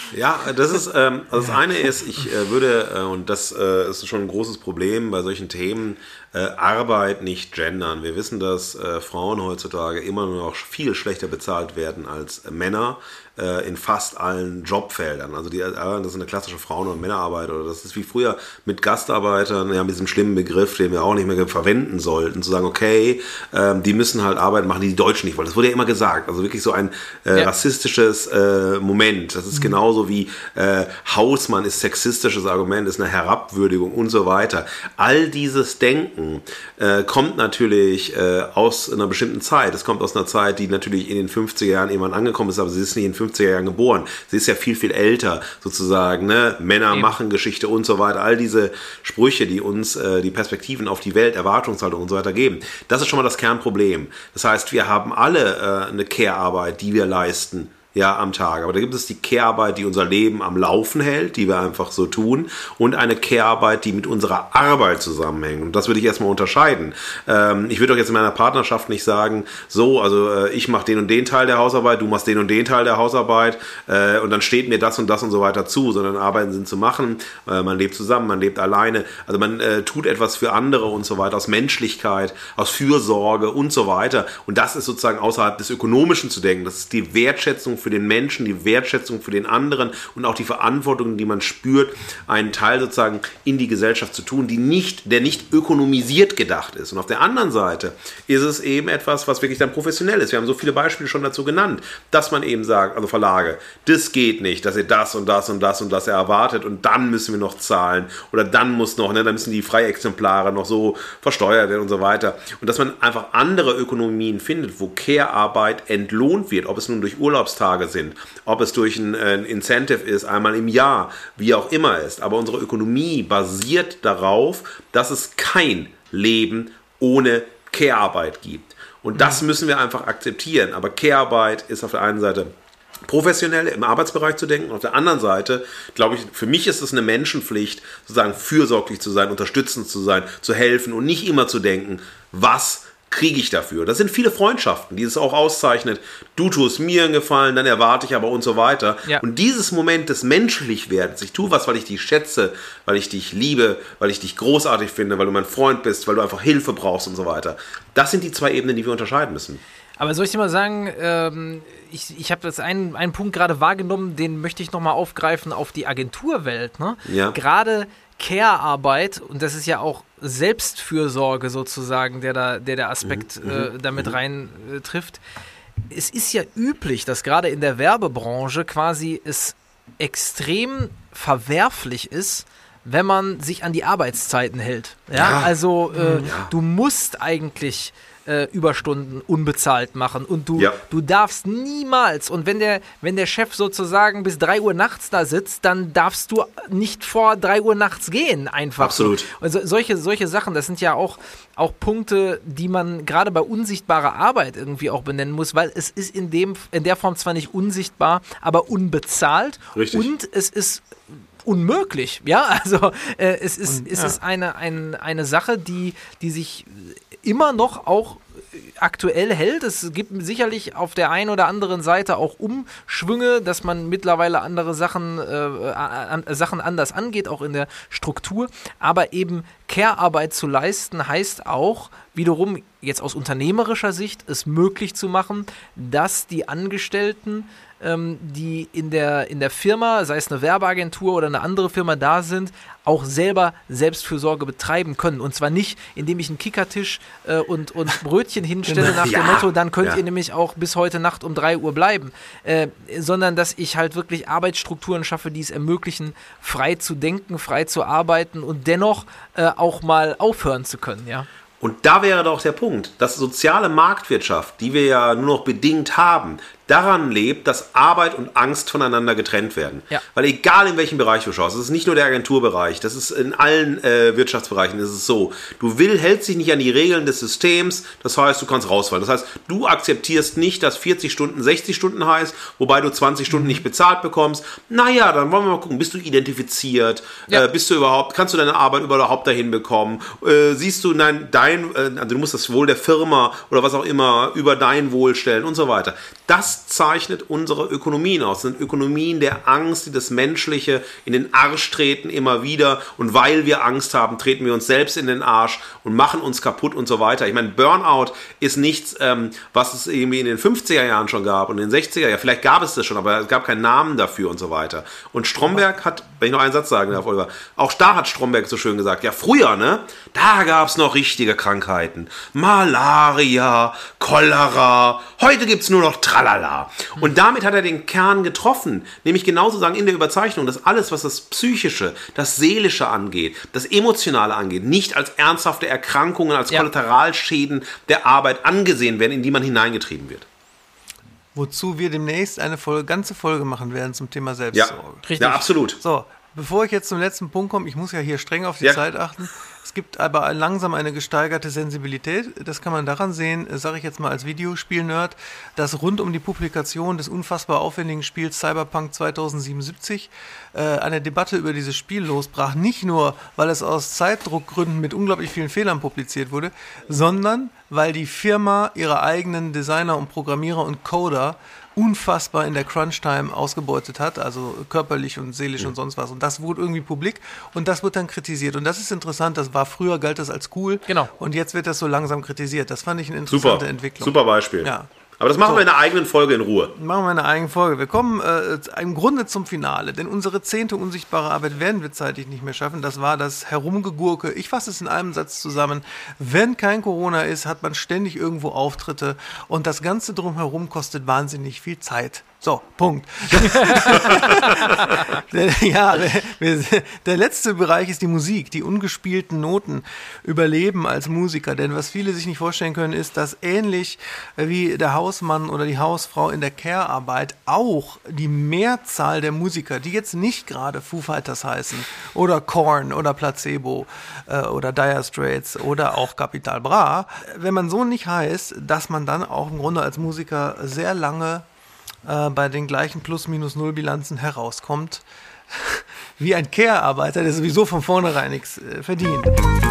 Ja, das ist, ähm, also das eine ist, ich äh, würde, äh, und das äh, ist schon ein großes Problem bei solchen Themen, äh, Arbeit nicht gendern. Wir wissen, dass äh, Frauen heutzutage immer nur noch viel schlechter bezahlt werden als äh, Männer äh, in fast allen Jobfeldern. Also die, äh, das ist eine klassische Frauen- und Männerarbeit, oder das ist wie früher mit Gastarbeitern, ja, mit diesem schlimmen Begriff, den wir auch nicht mehr verwenden sollten, zu sagen, okay, äh, die müssen halt Arbeit machen, die die Deutschen nicht wollen. Das wurde ja immer gesagt. Also wirklich so ein äh, ja. rassistisches äh, Moment. Das ist mhm. genauso wie äh, Hausmann ist sexistisches Argument, ist eine Herabwürdigung und so weiter. All dieses Denken äh, kommt natürlich äh, aus einer bestimmten Zeit. Es kommt aus einer Zeit, die natürlich in den fünfziger Jahren irgendwann angekommen ist, aber sie ist nicht in den fünfziger Jahren geboren. Sie ist ja viel, viel älter sozusagen. Ne? Männer Eben. machen Geschichte und so weiter. All diese Sprüche, die uns äh, die Perspektiven auf die Welt, Erwartungshaltung und so weiter geben. Das ist schon mal das Kernproblem. Das heißt, wir haben alle äh, eine Care-Arbeit, die wir leisten. Ja, am Tag. Aber da gibt es die Care-Arbeit, die unser Leben am Laufen hält, die wir einfach so tun, und eine Care-Arbeit, die mit unserer Arbeit zusammenhängt. Und das würde ich erstmal unterscheiden. Ähm, ich würde doch jetzt in meiner Partnerschaft nicht sagen, so, also äh, ich mache den und den Teil der Hausarbeit, du machst den und den Teil der Hausarbeit äh, und dann steht mir das und das und so weiter zu, sondern Arbeiten sind zu machen, äh, man lebt zusammen, man lebt alleine, also man äh, tut etwas für andere und so weiter, aus Menschlichkeit, aus Fürsorge und so weiter. Und das ist sozusagen außerhalb des Ökonomischen zu denken. Das ist die Wertschätzung für den Menschen, die Wertschätzung für den anderen und auch die Verantwortung, die man spürt, einen Teil sozusagen in die Gesellschaft zu tun, die nicht, der nicht ökonomisiert gedacht ist. Und auf der anderen Seite ist es eben etwas, was wirklich dann professionell ist. Wir haben so viele Beispiele schon dazu genannt, dass man eben sagt, also Verlage, das geht nicht, dass ihr das und das und das und das erwartet und dann müssen wir noch zahlen oder dann muss noch, ne, dann müssen die Freiexemplare noch so versteuert werden und so weiter. Und dass man einfach andere Ökonomien findet, wo Care-Arbeit entlohnt wird, ob es nun durch Urlaubstage sind, ob es durch ein, ein Incentive ist, einmal im Jahr, wie auch immer ist. Aber unsere Ökonomie basiert darauf, dass es kein Leben ohne Care-Arbeit gibt. Und das müssen wir einfach akzeptieren. Aber Care-Arbeit ist auf der einen Seite professionell im Arbeitsbereich zu denken. Auf der anderen Seite, glaube ich, für mich ist es eine Menschenpflicht, sozusagen fürsorglich zu sein, unterstützend zu sein, zu helfen und nicht immer zu denken, was kriege ich dafür. Das sind viele Freundschaften, die es auch auszeichnet. Du tust mir einen Gefallen, dann erwarte ich aber und so weiter. Ja. Und dieses Moment des Menschlichwerdens, ich tue was, weil ich dich schätze, weil ich dich liebe, weil ich dich großartig finde, weil du mein Freund bist, weil du einfach Hilfe brauchst und so weiter. Das sind die zwei Ebenen, die wir unterscheiden müssen. Aber soll ich dir mal sagen, ähm, ich, ich habe jetzt einen, einen Punkt gerade wahrgenommen, den möchte ich nochmal aufgreifen auf die Agenturwelt. Ne? Ja. Gerade Care-Arbeit, und das ist ja auch Selbstfürsorge sozusagen, der da, der, der Aspekt mhm. äh, damit rein äh, trifft. Es ist ja üblich, dass gerade in der Werbebranche quasi es extrem verwerflich ist, wenn man sich an die Arbeitszeiten hält. Ja, ja. Also äh, ja. du musst eigentlich äh, Überstunden unbezahlt machen und du, ja. du darfst niemals, und wenn der, wenn der Chef sozusagen bis drei Uhr nachts da sitzt, dann darfst du nicht vor drei Uhr nachts gehen, einfach. Absolut. Also solche, solche Sachen, das sind ja auch, auch Punkte, die man gerade bei unsichtbarer Arbeit irgendwie auch benennen muss, weil es ist in, dem, in der Form zwar nicht unsichtbar, aber unbezahlt. Richtig. Und es ist unmöglich, ja, also äh, es ist, Und, es ja. ist eine, ein, eine Sache, die, die sich immer noch auch aktuell hält. Es gibt sicherlich auf der einen oder anderen Seite auch Umschwünge, dass man mittlerweile andere Sachen, äh, an, Sachen anders angeht, auch in der Struktur, aber eben Care-Arbeit zu leisten, heißt auch wiederum jetzt aus unternehmerischer Sicht es möglich zu machen, dass die Angestellten, ähm, die in der, in der Firma, sei es eine Werbeagentur oder eine andere Firma da sind, auch selber Selbstfürsorge betreiben können. Und zwar nicht, indem ich einen Kickertisch äh, und, und Brötchen hinstelle nach ja, dem Motto, dann könnt ja. ihr nämlich auch bis heute Nacht um drei Uhr bleiben, äh, sondern dass ich halt wirklich Arbeitsstrukturen schaffe, die es ermöglichen, frei zu denken, frei zu arbeiten und dennoch äh, auch mal aufhören zu können, ja. Und da wäre doch der Punkt, dass soziale Marktwirtschaft, die wir ja nur noch bedingt haben, daran lebt, dass Arbeit und Angst voneinander getrennt werden. Ja. Weil egal in welchem Bereich du schaust, das ist nicht nur der Agenturbereich, das ist in allen äh, Wirtschaftsbereichen ist es so. Du will, hältst dich nicht an die Regeln des Systems, das heißt, du kannst rausfallen. Das heißt, du akzeptierst nicht, dass vierzig Stunden sechzig Stunden heißt, wobei du zwanzig Stunden nicht bezahlt bekommst. Naja, dann wollen wir mal gucken, bist du identifiziert? Ja. Äh, bist du überhaupt, kannst du deine Arbeit überhaupt dahin bekommen? Äh, siehst du, nein, dein, äh, also du musst das Wohl der Firma oder was auch immer über dein Wohl stellen und so weiter. Das das zeichnet unsere Ökonomien aus. Das sind Ökonomien der Angst, die das Menschliche in den Arsch treten immer wieder. Und weil wir Angst haben, treten wir uns selbst in den Arsch und machen uns kaputt und so weiter. Ich meine, Burnout ist nichts, ähm, was es irgendwie in den fünfziger Jahren schon gab und in den sechziger Jahren. Vielleicht gab es das schon, aber es gab keinen Namen dafür und so weiter. Und Stromberg hat, wenn ich noch einen Satz sagen darf, Oliver, auch da hat Stromberg so schön gesagt, ja früher, ne, da gab es noch richtige Krankheiten. Malaria, Cholera, heute gibt es nur noch Tralala. Und damit hat er den Kern getroffen, nämlich genauso sagen in der Überzeichnung, dass alles, was das Psychische, das Seelische angeht, das Emotionale angeht, nicht als ernsthafte Erkrankungen, als Ja. Kollateralschäden der Arbeit angesehen werden, in die man hineingetrieben wird. Wozu wir demnächst eine Folge, ganze Folge machen werden zum Thema Ja, Selbstsorge. Richtig. ja, absolut. So, bevor ich jetzt zum letzten Punkt komme, ich muss ja hier streng auf die Ja. Zeit achten. Es gibt aber langsam eine gesteigerte Sensibilität. Das kann man daran sehen, sage ich jetzt mal als Videospiel-Nerd, dass rund um die Publikation des unfassbar aufwendigen Spiels Cyberpunk zweitausendsiebenundsiebzig äh, eine Debatte über dieses Spiel losbrach. Nicht nur, weil es aus Zeitdruckgründen mit unglaublich vielen Fehlern publiziert wurde, sondern weil die Firma ihre eigenen Designer und Programmierer und Coder unfassbar in der Crunch-Time ausgebeutet hat, also körperlich und seelisch und sonst was. Und das wurde irgendwie publik und das wird dann kritisiert. Und das ist interessant, das war früher, galt das als cool. Genau. Und jetzt wird das so langsam kritisiert. Das fand ich eine interessante Super, Entwicklung. super Beispiel. Ja. Aber das machen So. wir in einer eigenen Folge in Ruhe. Machen wir eine eigene Folge. Wir kommen äh, im Grunde zum Finale, denn unsere zehnte unsichtbare Arbeit werden wir zeitlich nicht mehr schaffen. Das war das Herumgegurke. Ich fasse es in einem Satz zusammen. Wenn kein Corona ist, hat man ständig irgendwo Auftritte und das Ganze drumherum kostet wahnsinnig viel Zeit. So, Punkt. der, ja, der, der letzte Bereich ist die Musik. Die ungespielten Noten überleben als Musiker. Denn was viele sich nicht vorstellen können, ist, dass ähnlich wie der Hausmann oder die Hausfrau in der Care-Arbeit auch die Mehrzahl der Musiker, die jetzt nicht gerade Foo Fighters heißen oder Korn oder Placebo äh, oder Dire Straits oder auch Capital Bra, wenn man so nicht heißt, dass man dann auch im Grunde als Musiker sehr lange äh, bei den gleichen Plus-Minus-Null-Bilanzen herauskommt, wie ein Care-Arbeiter, der sowieso von vornherein nichts äh, verdient.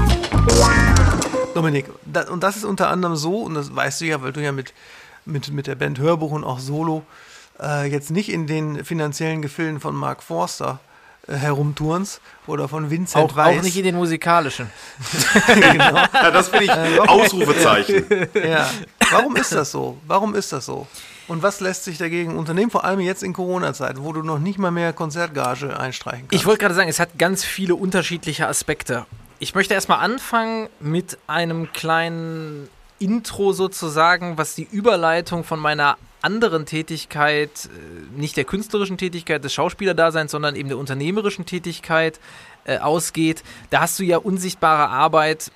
Dominik, da, und das ist unter anderem so, und das weißt du ja, weil du ja mit, mit, mit der Band Hörbuch und auch Solo äh, jetzt nicht in den finanziellen Gefilden von Mark Forster äh, herumturnst oder von Vincent Auch, Weiss. auch nicht in den musikalischen. Genau. Ja, das finde ich Ausrufezeichen. Ja. Warum ist das so? Warum ist das so? Und was lässt sich dagegen unternehmen, vor allem jetzt in Corona-Zeiten, wo du noch nicht mal mehr Konzertgage einstreichen kannst? Ich wollte gerade sagen, es hat ganz viele unterschiedliche Aspekte. Ich möchte erstmal anfangen mit einem kleinen Intro sozusagen, was die Überleitung von meiner anderen Tätigkeit, nicht der künstlerischen Tätigkeit des Schauspielerdaseins, sondern eben der unternehmerischen Tätigkeit äh, ausgeht. Da hast du ja unsichtbare Arbeit,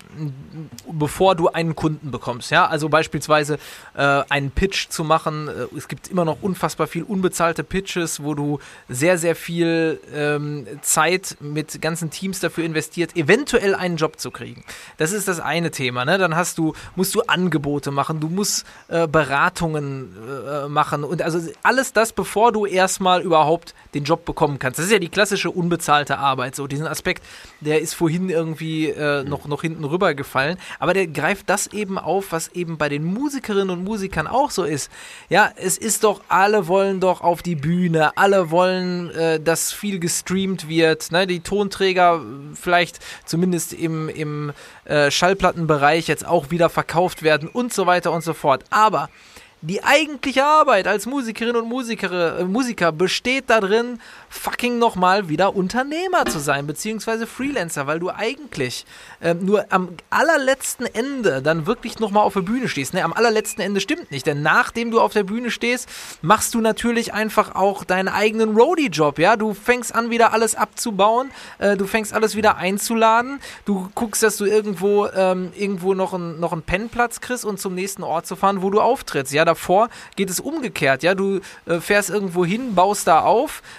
bevor du einen Kunden bekommst. Ja? Also beispielsweise äh, einen Pitch zu machen. Es gibt immer noch unfassbar viel unbezahlte Pitches, wo du sehr, sehr viel ähm, Zeit mit ganzen Teams dafür investiert, eventuell einen Job zu kriegen. Das ist das eine Thema. Ne? Dann hast du, musst du Angebote machen, du musst äh, Beratungen äh, machen und also alles das, bevor du erstmal überhaupt den Job bekommen kannst. Das ist ja die klassische unbezahlte Arbeit. So diesen Aspekt, der ist vorhin irgendwie äh, noch, noch hinten rübergefallen, aber der greift das eben auf, was eben bei den Musikerinnen und Musikern auch so ist. Ja, es ist doch, alle wollen doch auf die Bühne, alle wollen, äh, dass viel gestreamt wird, ne? Die Tonträger vielleicht zumindest im, im äh, Schallplattenbereich jetzt auch wieder verkauft werden und so weiter und so fort. Aber die eigentliche Arbeit als Musikerin und Musiker, äh, Musiker besteht darin, fucking nochmal wieder Unternehmer zu sein, beziehungsweise Freelancer, weil du eigentlich äh, nur am allerletzten Ende dann wirklich nochmal auf der Bühne stehst. Ne, am allerletzten Ende stimmt nicht, denn nachdem du auf der Bühne stehst, machst du natürlich einfach auch deinen eigenen Roadie-Job, ja, du fängst an, wieder alles abzubauen, äh, du fängst alles wieder einzuladen, du guckst, dass du irgendwo, ähm, irgendwo noch, ein, noch einen Pennplatz kriegst und zum nächsten Ort zu fahren, wo du auftrittst, ja, davor geht es umgekehrt, ja, du äh, fährst irgendwo hin, baust da auf, äh,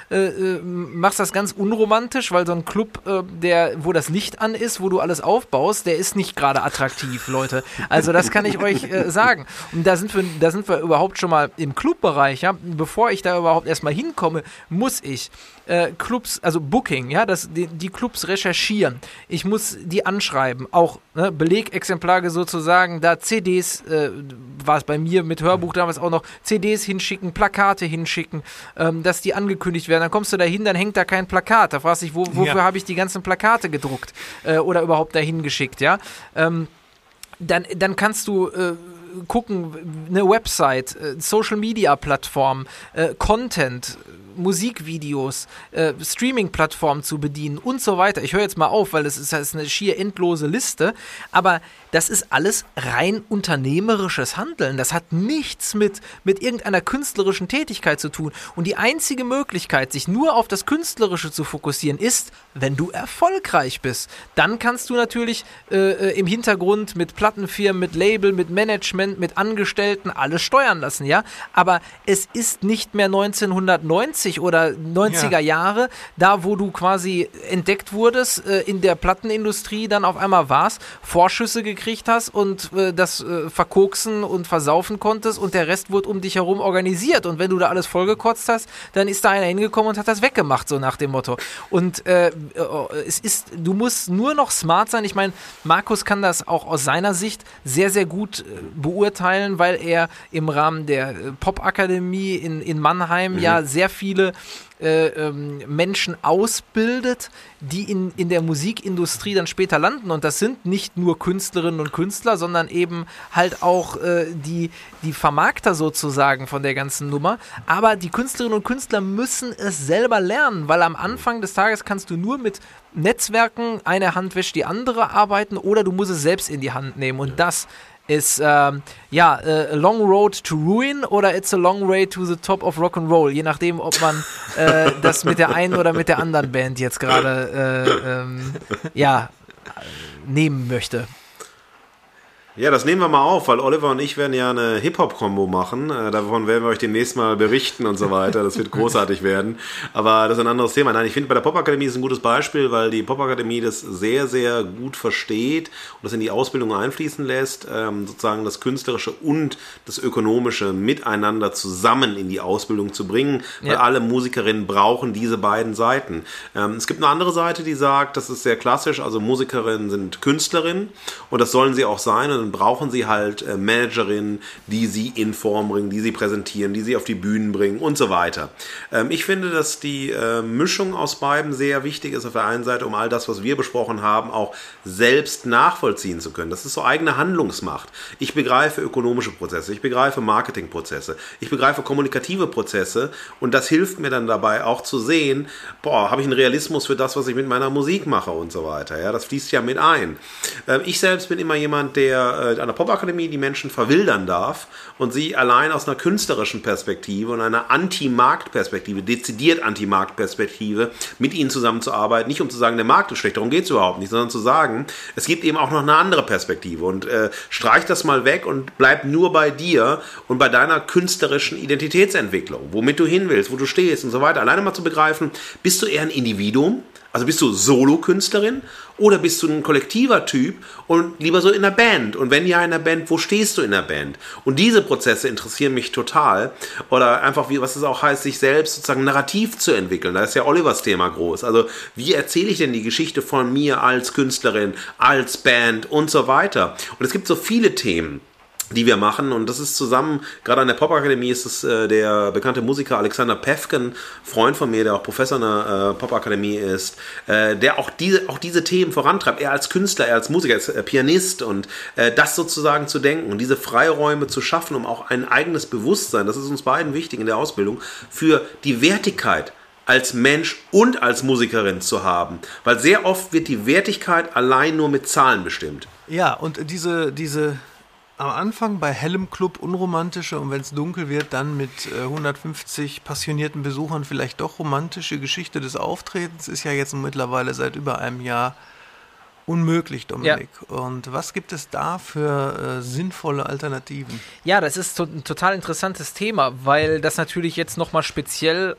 äh, machst das ganz unromantisch, weil so ein Club, äh, der, wo das Licht an ist, wo du alles aufbaust, der ist nicht gerade attraktiv, Leute. Also das kann ich euch äh, sagen. Und da sind wir, da sind wir überhaupt schon mal im Clubbereich, ja. Bevor ich da überhaupt erstmal hinkomme, muss ich äh, Clubs, also Booking, ja, das, die, die Clubs recherchieren. Ich muss die anschreiben, auch ne, Belegexemplare sozusagen, da C Ds, äh, war es bei mir mit Hörbuch damals auch noch, C Ds hinschicken, Plakate hinschicken, ähm, dass die angekündigt werden. Dann kommst du da hin, dann hängt da kein Plakat. Da fragst du dich, wo, wofür ja. habe ich die ganzen Plakate gedruckt äh, oder überhaupt dahin geschickt, ja. Ähm, dann, dann kannst du äh, gucken, eine Website, äh, Social-Media-Plattform, äh, Content, Musikvideos, äh, Streaming-Plattformen zu bedienen und so weiter. Ich höre jetzt mal auf, weil das ist, das ist eine schier endlose Liste, aber das ist alles rein unternehmerisches Handeln. Das hat nichts mit, mit irgendeiner künstlerischen Tätigkeit zu tun. Und die einzige Möglichkeit, sich nur auf das Künstlerische zu fokussieren, ist, wenn du erfolgreich bist. Dann kannst du natürlich äh, im Hintergrund mit Plattenfirmen, mit Label, mit Management, mit Angestellten alles steuern lassen, ja. Aber es ist nicht mehr neunzehnhundertneunzig oder neunziger ja. Jahre, da wo du quasi entdeckt wurdest, äh, in der Plattenindustrie dann auf einmal warst, Vorschüsse gekriegt hast und äh, das äh, verkoksen und versaufen konntest und der Rest wurde um dich herum organisiert und wenn du da alles vollgekotzt hast, dann ist da einer hingekommen und hat das weggemacht, so nach dem Motto. Und äh, es ist, du musst nur noch smart sein. Ich meine, Markus kann das auch aus seiner Sicht sehr, sehr gut äh, beurteilen, weil er im Rahmen der äh, Popakademie in, in Mannheim mhm. ja sehr viele Äh, ähm, Menschen ausbildet, die in, in der Musikindustrie dann später landen und das sind nicht nur Künstlerinnen und Künstler, sondern eben halt auch äh, die, die Vermarkter sozusagen von der ganzen Nummer, aber die Künstlerinnen und Künstler müssen es selber lernen, weil am Anfang des Tages kannst du nur mit Netzwerken, eine Hand wäscht die andere arbeiten oder du musst es selbst in die Hand nehmen und das ist, ähm, ja, äh, a long road to ruin oder it's a long way to the top of rock and roll, je nachdem, ob man äh, das mit der einen oder mit der anderen Band jetzt gerade, äh, ähm, ja, nehmen möchte. Ja, das nehmen wir mal auf, weil Oliver und ich werden ja eine Hip-Hop-Kombo machen. Äh, davon werden wir euch demnächst mal berichten und so weiter. Das wird großartig werden. Aber das ist ein anderes Thema. Nein, ich finde, bei der Popakademie ist ein gutes Beispiel, weil die Popakademie das sehr, sehr gut versteht und das in die Ausbildung einfließen lässt, ähm, sozusagen das Künstlerische und das Ökonomische miteinander zusammen in die Ausbildung zu bringen, weil ja. alle Musikerinnen brauchen diese beiden Seiten. Ähm, es gibt eine andere Seite, die sagt, das ist sehr klassisch, also Musikerinnen sind Künstlerinnen und das sollen sie auch sein und dann brauchen sie halt äh, Managerinnen, die sie in Form bringen, die sie präsentieren, die sie auf die Bühnen bringen und so weiter. Ähm, ich finde, dass die äh, Mischung aus beiden sehr wichtig ist auf der einen Seite, um all das, was wir besprochen haben, auch selbst nachvollziehen zu können. Das ist so eigene Handlungsmacht. Ich begreife ökonomische Prozesse, ich begreife Marketingprozesse, ich begreife kommunikative Prozesse und das hilft mir dann dabei auch zu sehen, boah, habe ich einen Realismus für das, was ich mit meiner Musik mache und so weiter. Ja, das fließt ja mit ein. Ähm, ich selbst bin immer jemand, der an der Popakademie die Menschen verwildern darf und sie allein aus einer künstlerischen Perspektive und einer Anti-Markt-Perspektive, dezidiert Anti-Markt-Perspektive mit ihnen zusammenzuarbeiten, nicht um zu sagen, der Markt ist schlecht, darum geht es überhaupt nicht, sondern zu sagen, es gibt eben auch noch eine andere Perspektive und äh, streich das mal weg und bleib nur bei dir und bei deiner künstlerischen Identitätsentwicklung, womit du hin willst, wo du stehst und so weiter. Alleine mal zu begreifen, bist du eher ein Individuum? Also bist du Solo-Künstlerin oder bist du ein kollektiver Typ und lieber so in der Band? Und wenn ja in der Band, wo stehst du in der Band? Und diese Prozesse interessieren mich total. Oder einfach, wie, was es auch heißt, sich selbst sozusagen narrativ zu entwickeln. Da ist ja Olivers Thema groß. Also wie erzähle ich denn die Geschichte von mir als Künstlerin, als Band und so weiter? Und es gibt so viele Themen, die wir machen und das ist zusammen, gerade an der Popakademie ist es äh, der bekannte Musiker Alexander Päffken, Freund von mir, der auch Professor an der äh, Popakademie ist, äh, der auch diese, auch diese Themen vorantreibt, er als Künstler, er als Musiker, als äh, Pianist und äh, das sozusagen zu denken und diese Freiräume zu schaffen, um auch ein eigenes Bewusstsein, das ist uns beiden wichtig in der Ausbildung, für die Wertigkeit als Mensch und als Musikerin zu haben, weil sehr oft wird die Wertigkeit allein nur mit Zahlen bestimmt. Ja, und diese, diese am Anfang bei hellem Club unromantische und wenn es dunkel wird, dann mit äh, hundertfünfzig passionierten Besuchern vielleicht doch romantische Geschichte des Auftretens ist ja jetzt mittlerweile seit über einem Jahr unmöglich, Dominik. Ja. Und was gibt es da für äh, sinnvolle Alternativen? Ja, das ist to- ein total interessantes Thema, weil das natürlich jetzt nochmal speziell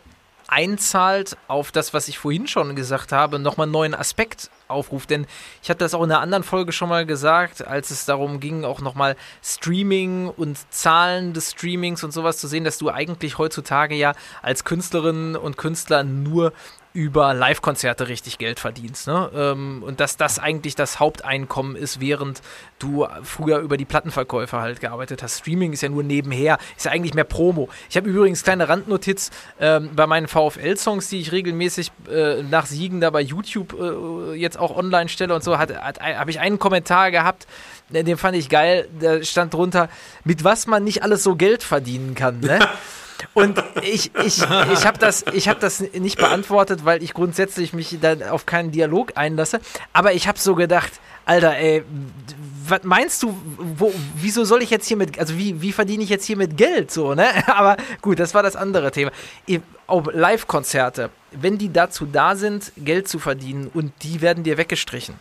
einzahlt auf das, was ich vorhin schon gesagt habe, nochmal einen neuen Aspekt aufruft. Denn ich hatte das auch in einer anderen Folge schon mal gesagt, als es darum ging, auch nochmal Streaming und Zahlen des Streamings und sowas zu sehen, dass du eigentlich heutzutage ja als Künstlerin und Künstler nur über Live-Konzerte richtig Geld verdienst, ne? Ähm, und dass das eigentlich das Haupteinkommen ist, während du früher über die Plattenverkäufe halt gearbeitet hast. Streaming ist ja nur nebenher, ist ja eigentlich mehr Promo. Ich habe übrigens kleine Randnotiz ähm, bei meinen VfL-Songs, die ich regelmäßig äh, nach Siegen da bei YouTube äh, jetzt auch online stelle und so, hat, hat, habe ich einen Kommentar gehabt, den fand ich geil, da stand drunter, mit was man nicht alles so Geld verdienen kann, ne? Und ich, ich, ich habe das, ich hab das nicht beantwortet, weil ich grundsätzlich mich da auf keinen Dialog einlasse. Aber ich habe so gedacht, Alter, ey, was meinst du, wo, wieso soll ich jetzt hier mit, also wie, wie verdiene ich jetzt hier mit Geld, so, ne? Aber gut, das war das andere Thema. Auch Live-Konzerte, wenn die dazu da sind, Geld zu verdienen und die werden dir weggestrichen,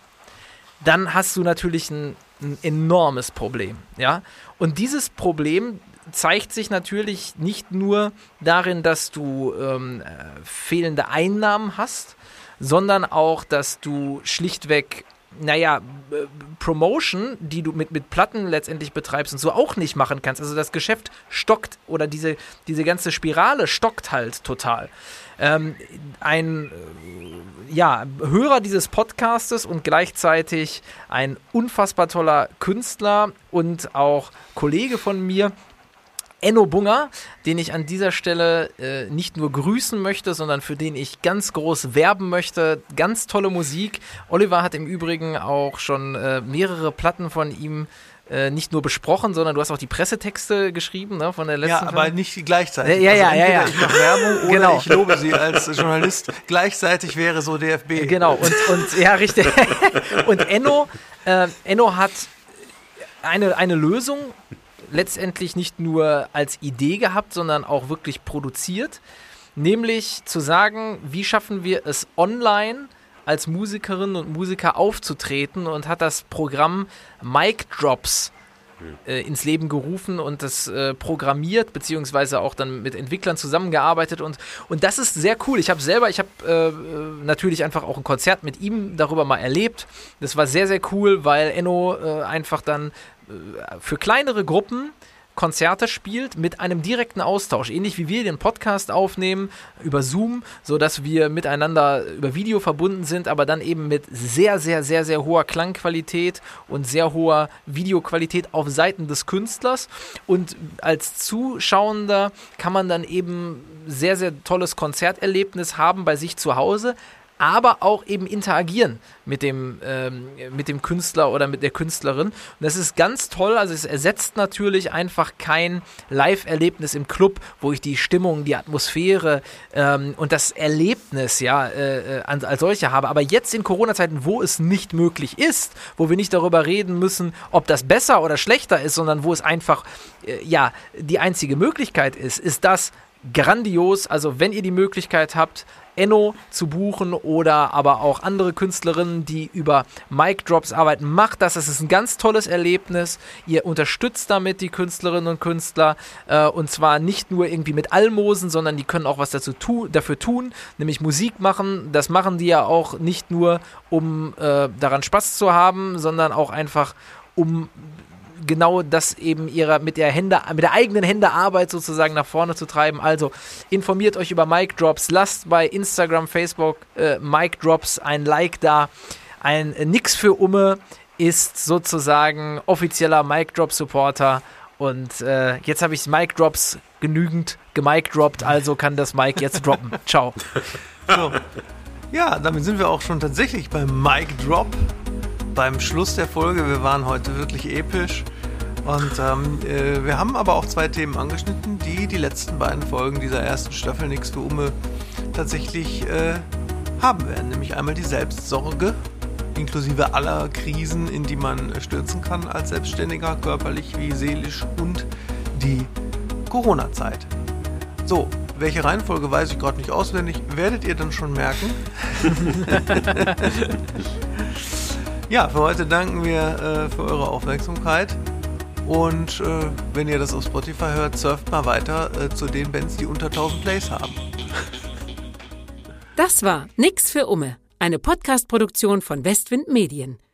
dann hast du natürlich ein, ein enormes Problem, ja? Und dieses Problem zeigt sich natürlich nicht nur darin, dass du ähm, fehlende Einnahmen hast, sondern auch, dass du schlichtweg, naja, äh, Promotion, die du mit, mit Platten letztendlich betreibst und so auch nicht machen kannst. Also das Geschäft stockt oder diese, diese ganze Spirale stockt halt total. Ähm, ein äh, ja, Hörer dieses Podcastes und gleichzeitig ein unfassbar toller Künstler und auch Kollege von mir, Enno Bunger, den ich an dieser Stelle äh, nicht nur grüßen möchte, sondern für den ich ganz groß werben möchte. Ganz tolle Musik. Oliver hat im Übrigen auch schon äh, mehrere Platten von ihm äh, nicht nur besprochen, sondern du hast auch die Pressetexte geschrieben, ne, von der letzten. Ja, aber Film. Nicht gleichzeitig. Ja, ja, also ja, ja. Ich mache Werbung oder Genau. ich lobe sie als Journalist. Gleichzeitig wäre so D F B. Genau, und, und ja, richtig. Und Enno, äh, Enno hat eine, eine Lösung letztendlich nicht nur als Idee gehabt, sondern auch wirklich produziert, nämlich zu sagen, wie schaffen wir es online als Musikerinnen und Musiker aufzutreten, und hat das Programm Mic Drops äh, ins Leben gerufen und das äh, programmiert, beziehungsweise auch dann mit Entwicklern zusammengearbeitet, und, und das ist sehr cool. Ich habe selber, ich habe äh, natürlich einfach auch ein Konzert mit ihm darüber mal erlebt. Das war sehr, sehr cool, weil Enno äh, einfach dann für kleinere Gruppen Konzerte spielt mit einem direkten Austausch, ähnlich wie wir den Podcast aufnehmen über Zoom, sodass wir miteinander über Video verbunden sind, aber dann eben mit sehr, sehr, sehr, sehr hoher Klangqualität und sehr hoher Videoqualität auf Seiten des Künstlers, und als Zuschauender kann man dann eben sehr, sehr tolles Konzerterlebnis haben bei sich zu Hause, aber auch eben interagieren mit dem, ähm, mit dem Künstler oder mit der Künstlerin. Und das ist ganz toll, also es ersetzt natürlich einfach kein Live-Erlebnis im Club, wo ich die Stimmung, die Atmosphäre ähm, und das Erlebnis ja äh, als, als solche habe. Aber jetzt in Corona-Zeiten, wo es nicht möglich ist, wo wir nicht darüber reden müssen, ob das besser oder schlechter ist, sondern wo es einfach äh, ja die einzige Möglichkeit ist, ist das grandios. Also wenn ihr die Möglichkeit habt, Enno zu buchen oder aber auch andere Künstlerinnen, die über Mic Drops arbeiten, macht das. Das ist ein ganz tolles Erlebnis. Ihr unterstützt damit die Künstlerinnen und Künstler äh, und zwar nicht nur irgendwie mit Almosen, sondern die können auch was dazu tu- dafür tun, nämlich Musik machen. Das machen die ja auch nicht nur, um äh, daran Spaß zu haben, sondern auch einfach, um genau das eben ihrer mit der Hände, mit der eigenen Händearbeit sozusagen nach vorne zu treiben. Also informiert euch über Mic Drops, lasst bei Instagram, Facebook äh, Mic Drops ein Like da. Ein äh, Nix für Umme ist sozusagen offizieller Mic Drop Supporter, und äh, jetzt habe ich Mic Drops genügend gemike droppt, also kann das Mic jetzt droppen. Ciao. So. Ja, damit sind wir auch schon tatsächlich beim Mic Drop. Beim Schluss der Folge. Wir waren heute wirklich episch, und ähm, äh, wir haben aber auch zwei Themen angeschnitten, die die letzten beiden Folgen dieser ersten Staffel Nix für Umme tatsächlich äh, haben werden. Nämlich einmal die Selbstsorge, inklusive aller Krisen, in die man stürzen kann als Selbstständiger, körperlich wie seelisch, und die Corona-Zeit. So, welche Reihenfolge weiß ich gerade nicht auswendig, werdet ihr dann schon merken. Ja, für heute danken wir äh, für eure Aufmerksamkeit, und äh, wenn ihr das auf Spotify hört, surft mal weiter äh, zu den Bands, die unter tausend Plays haben. Das war Nix für Umme, eine Podcast-Produktion von Westwind Medien.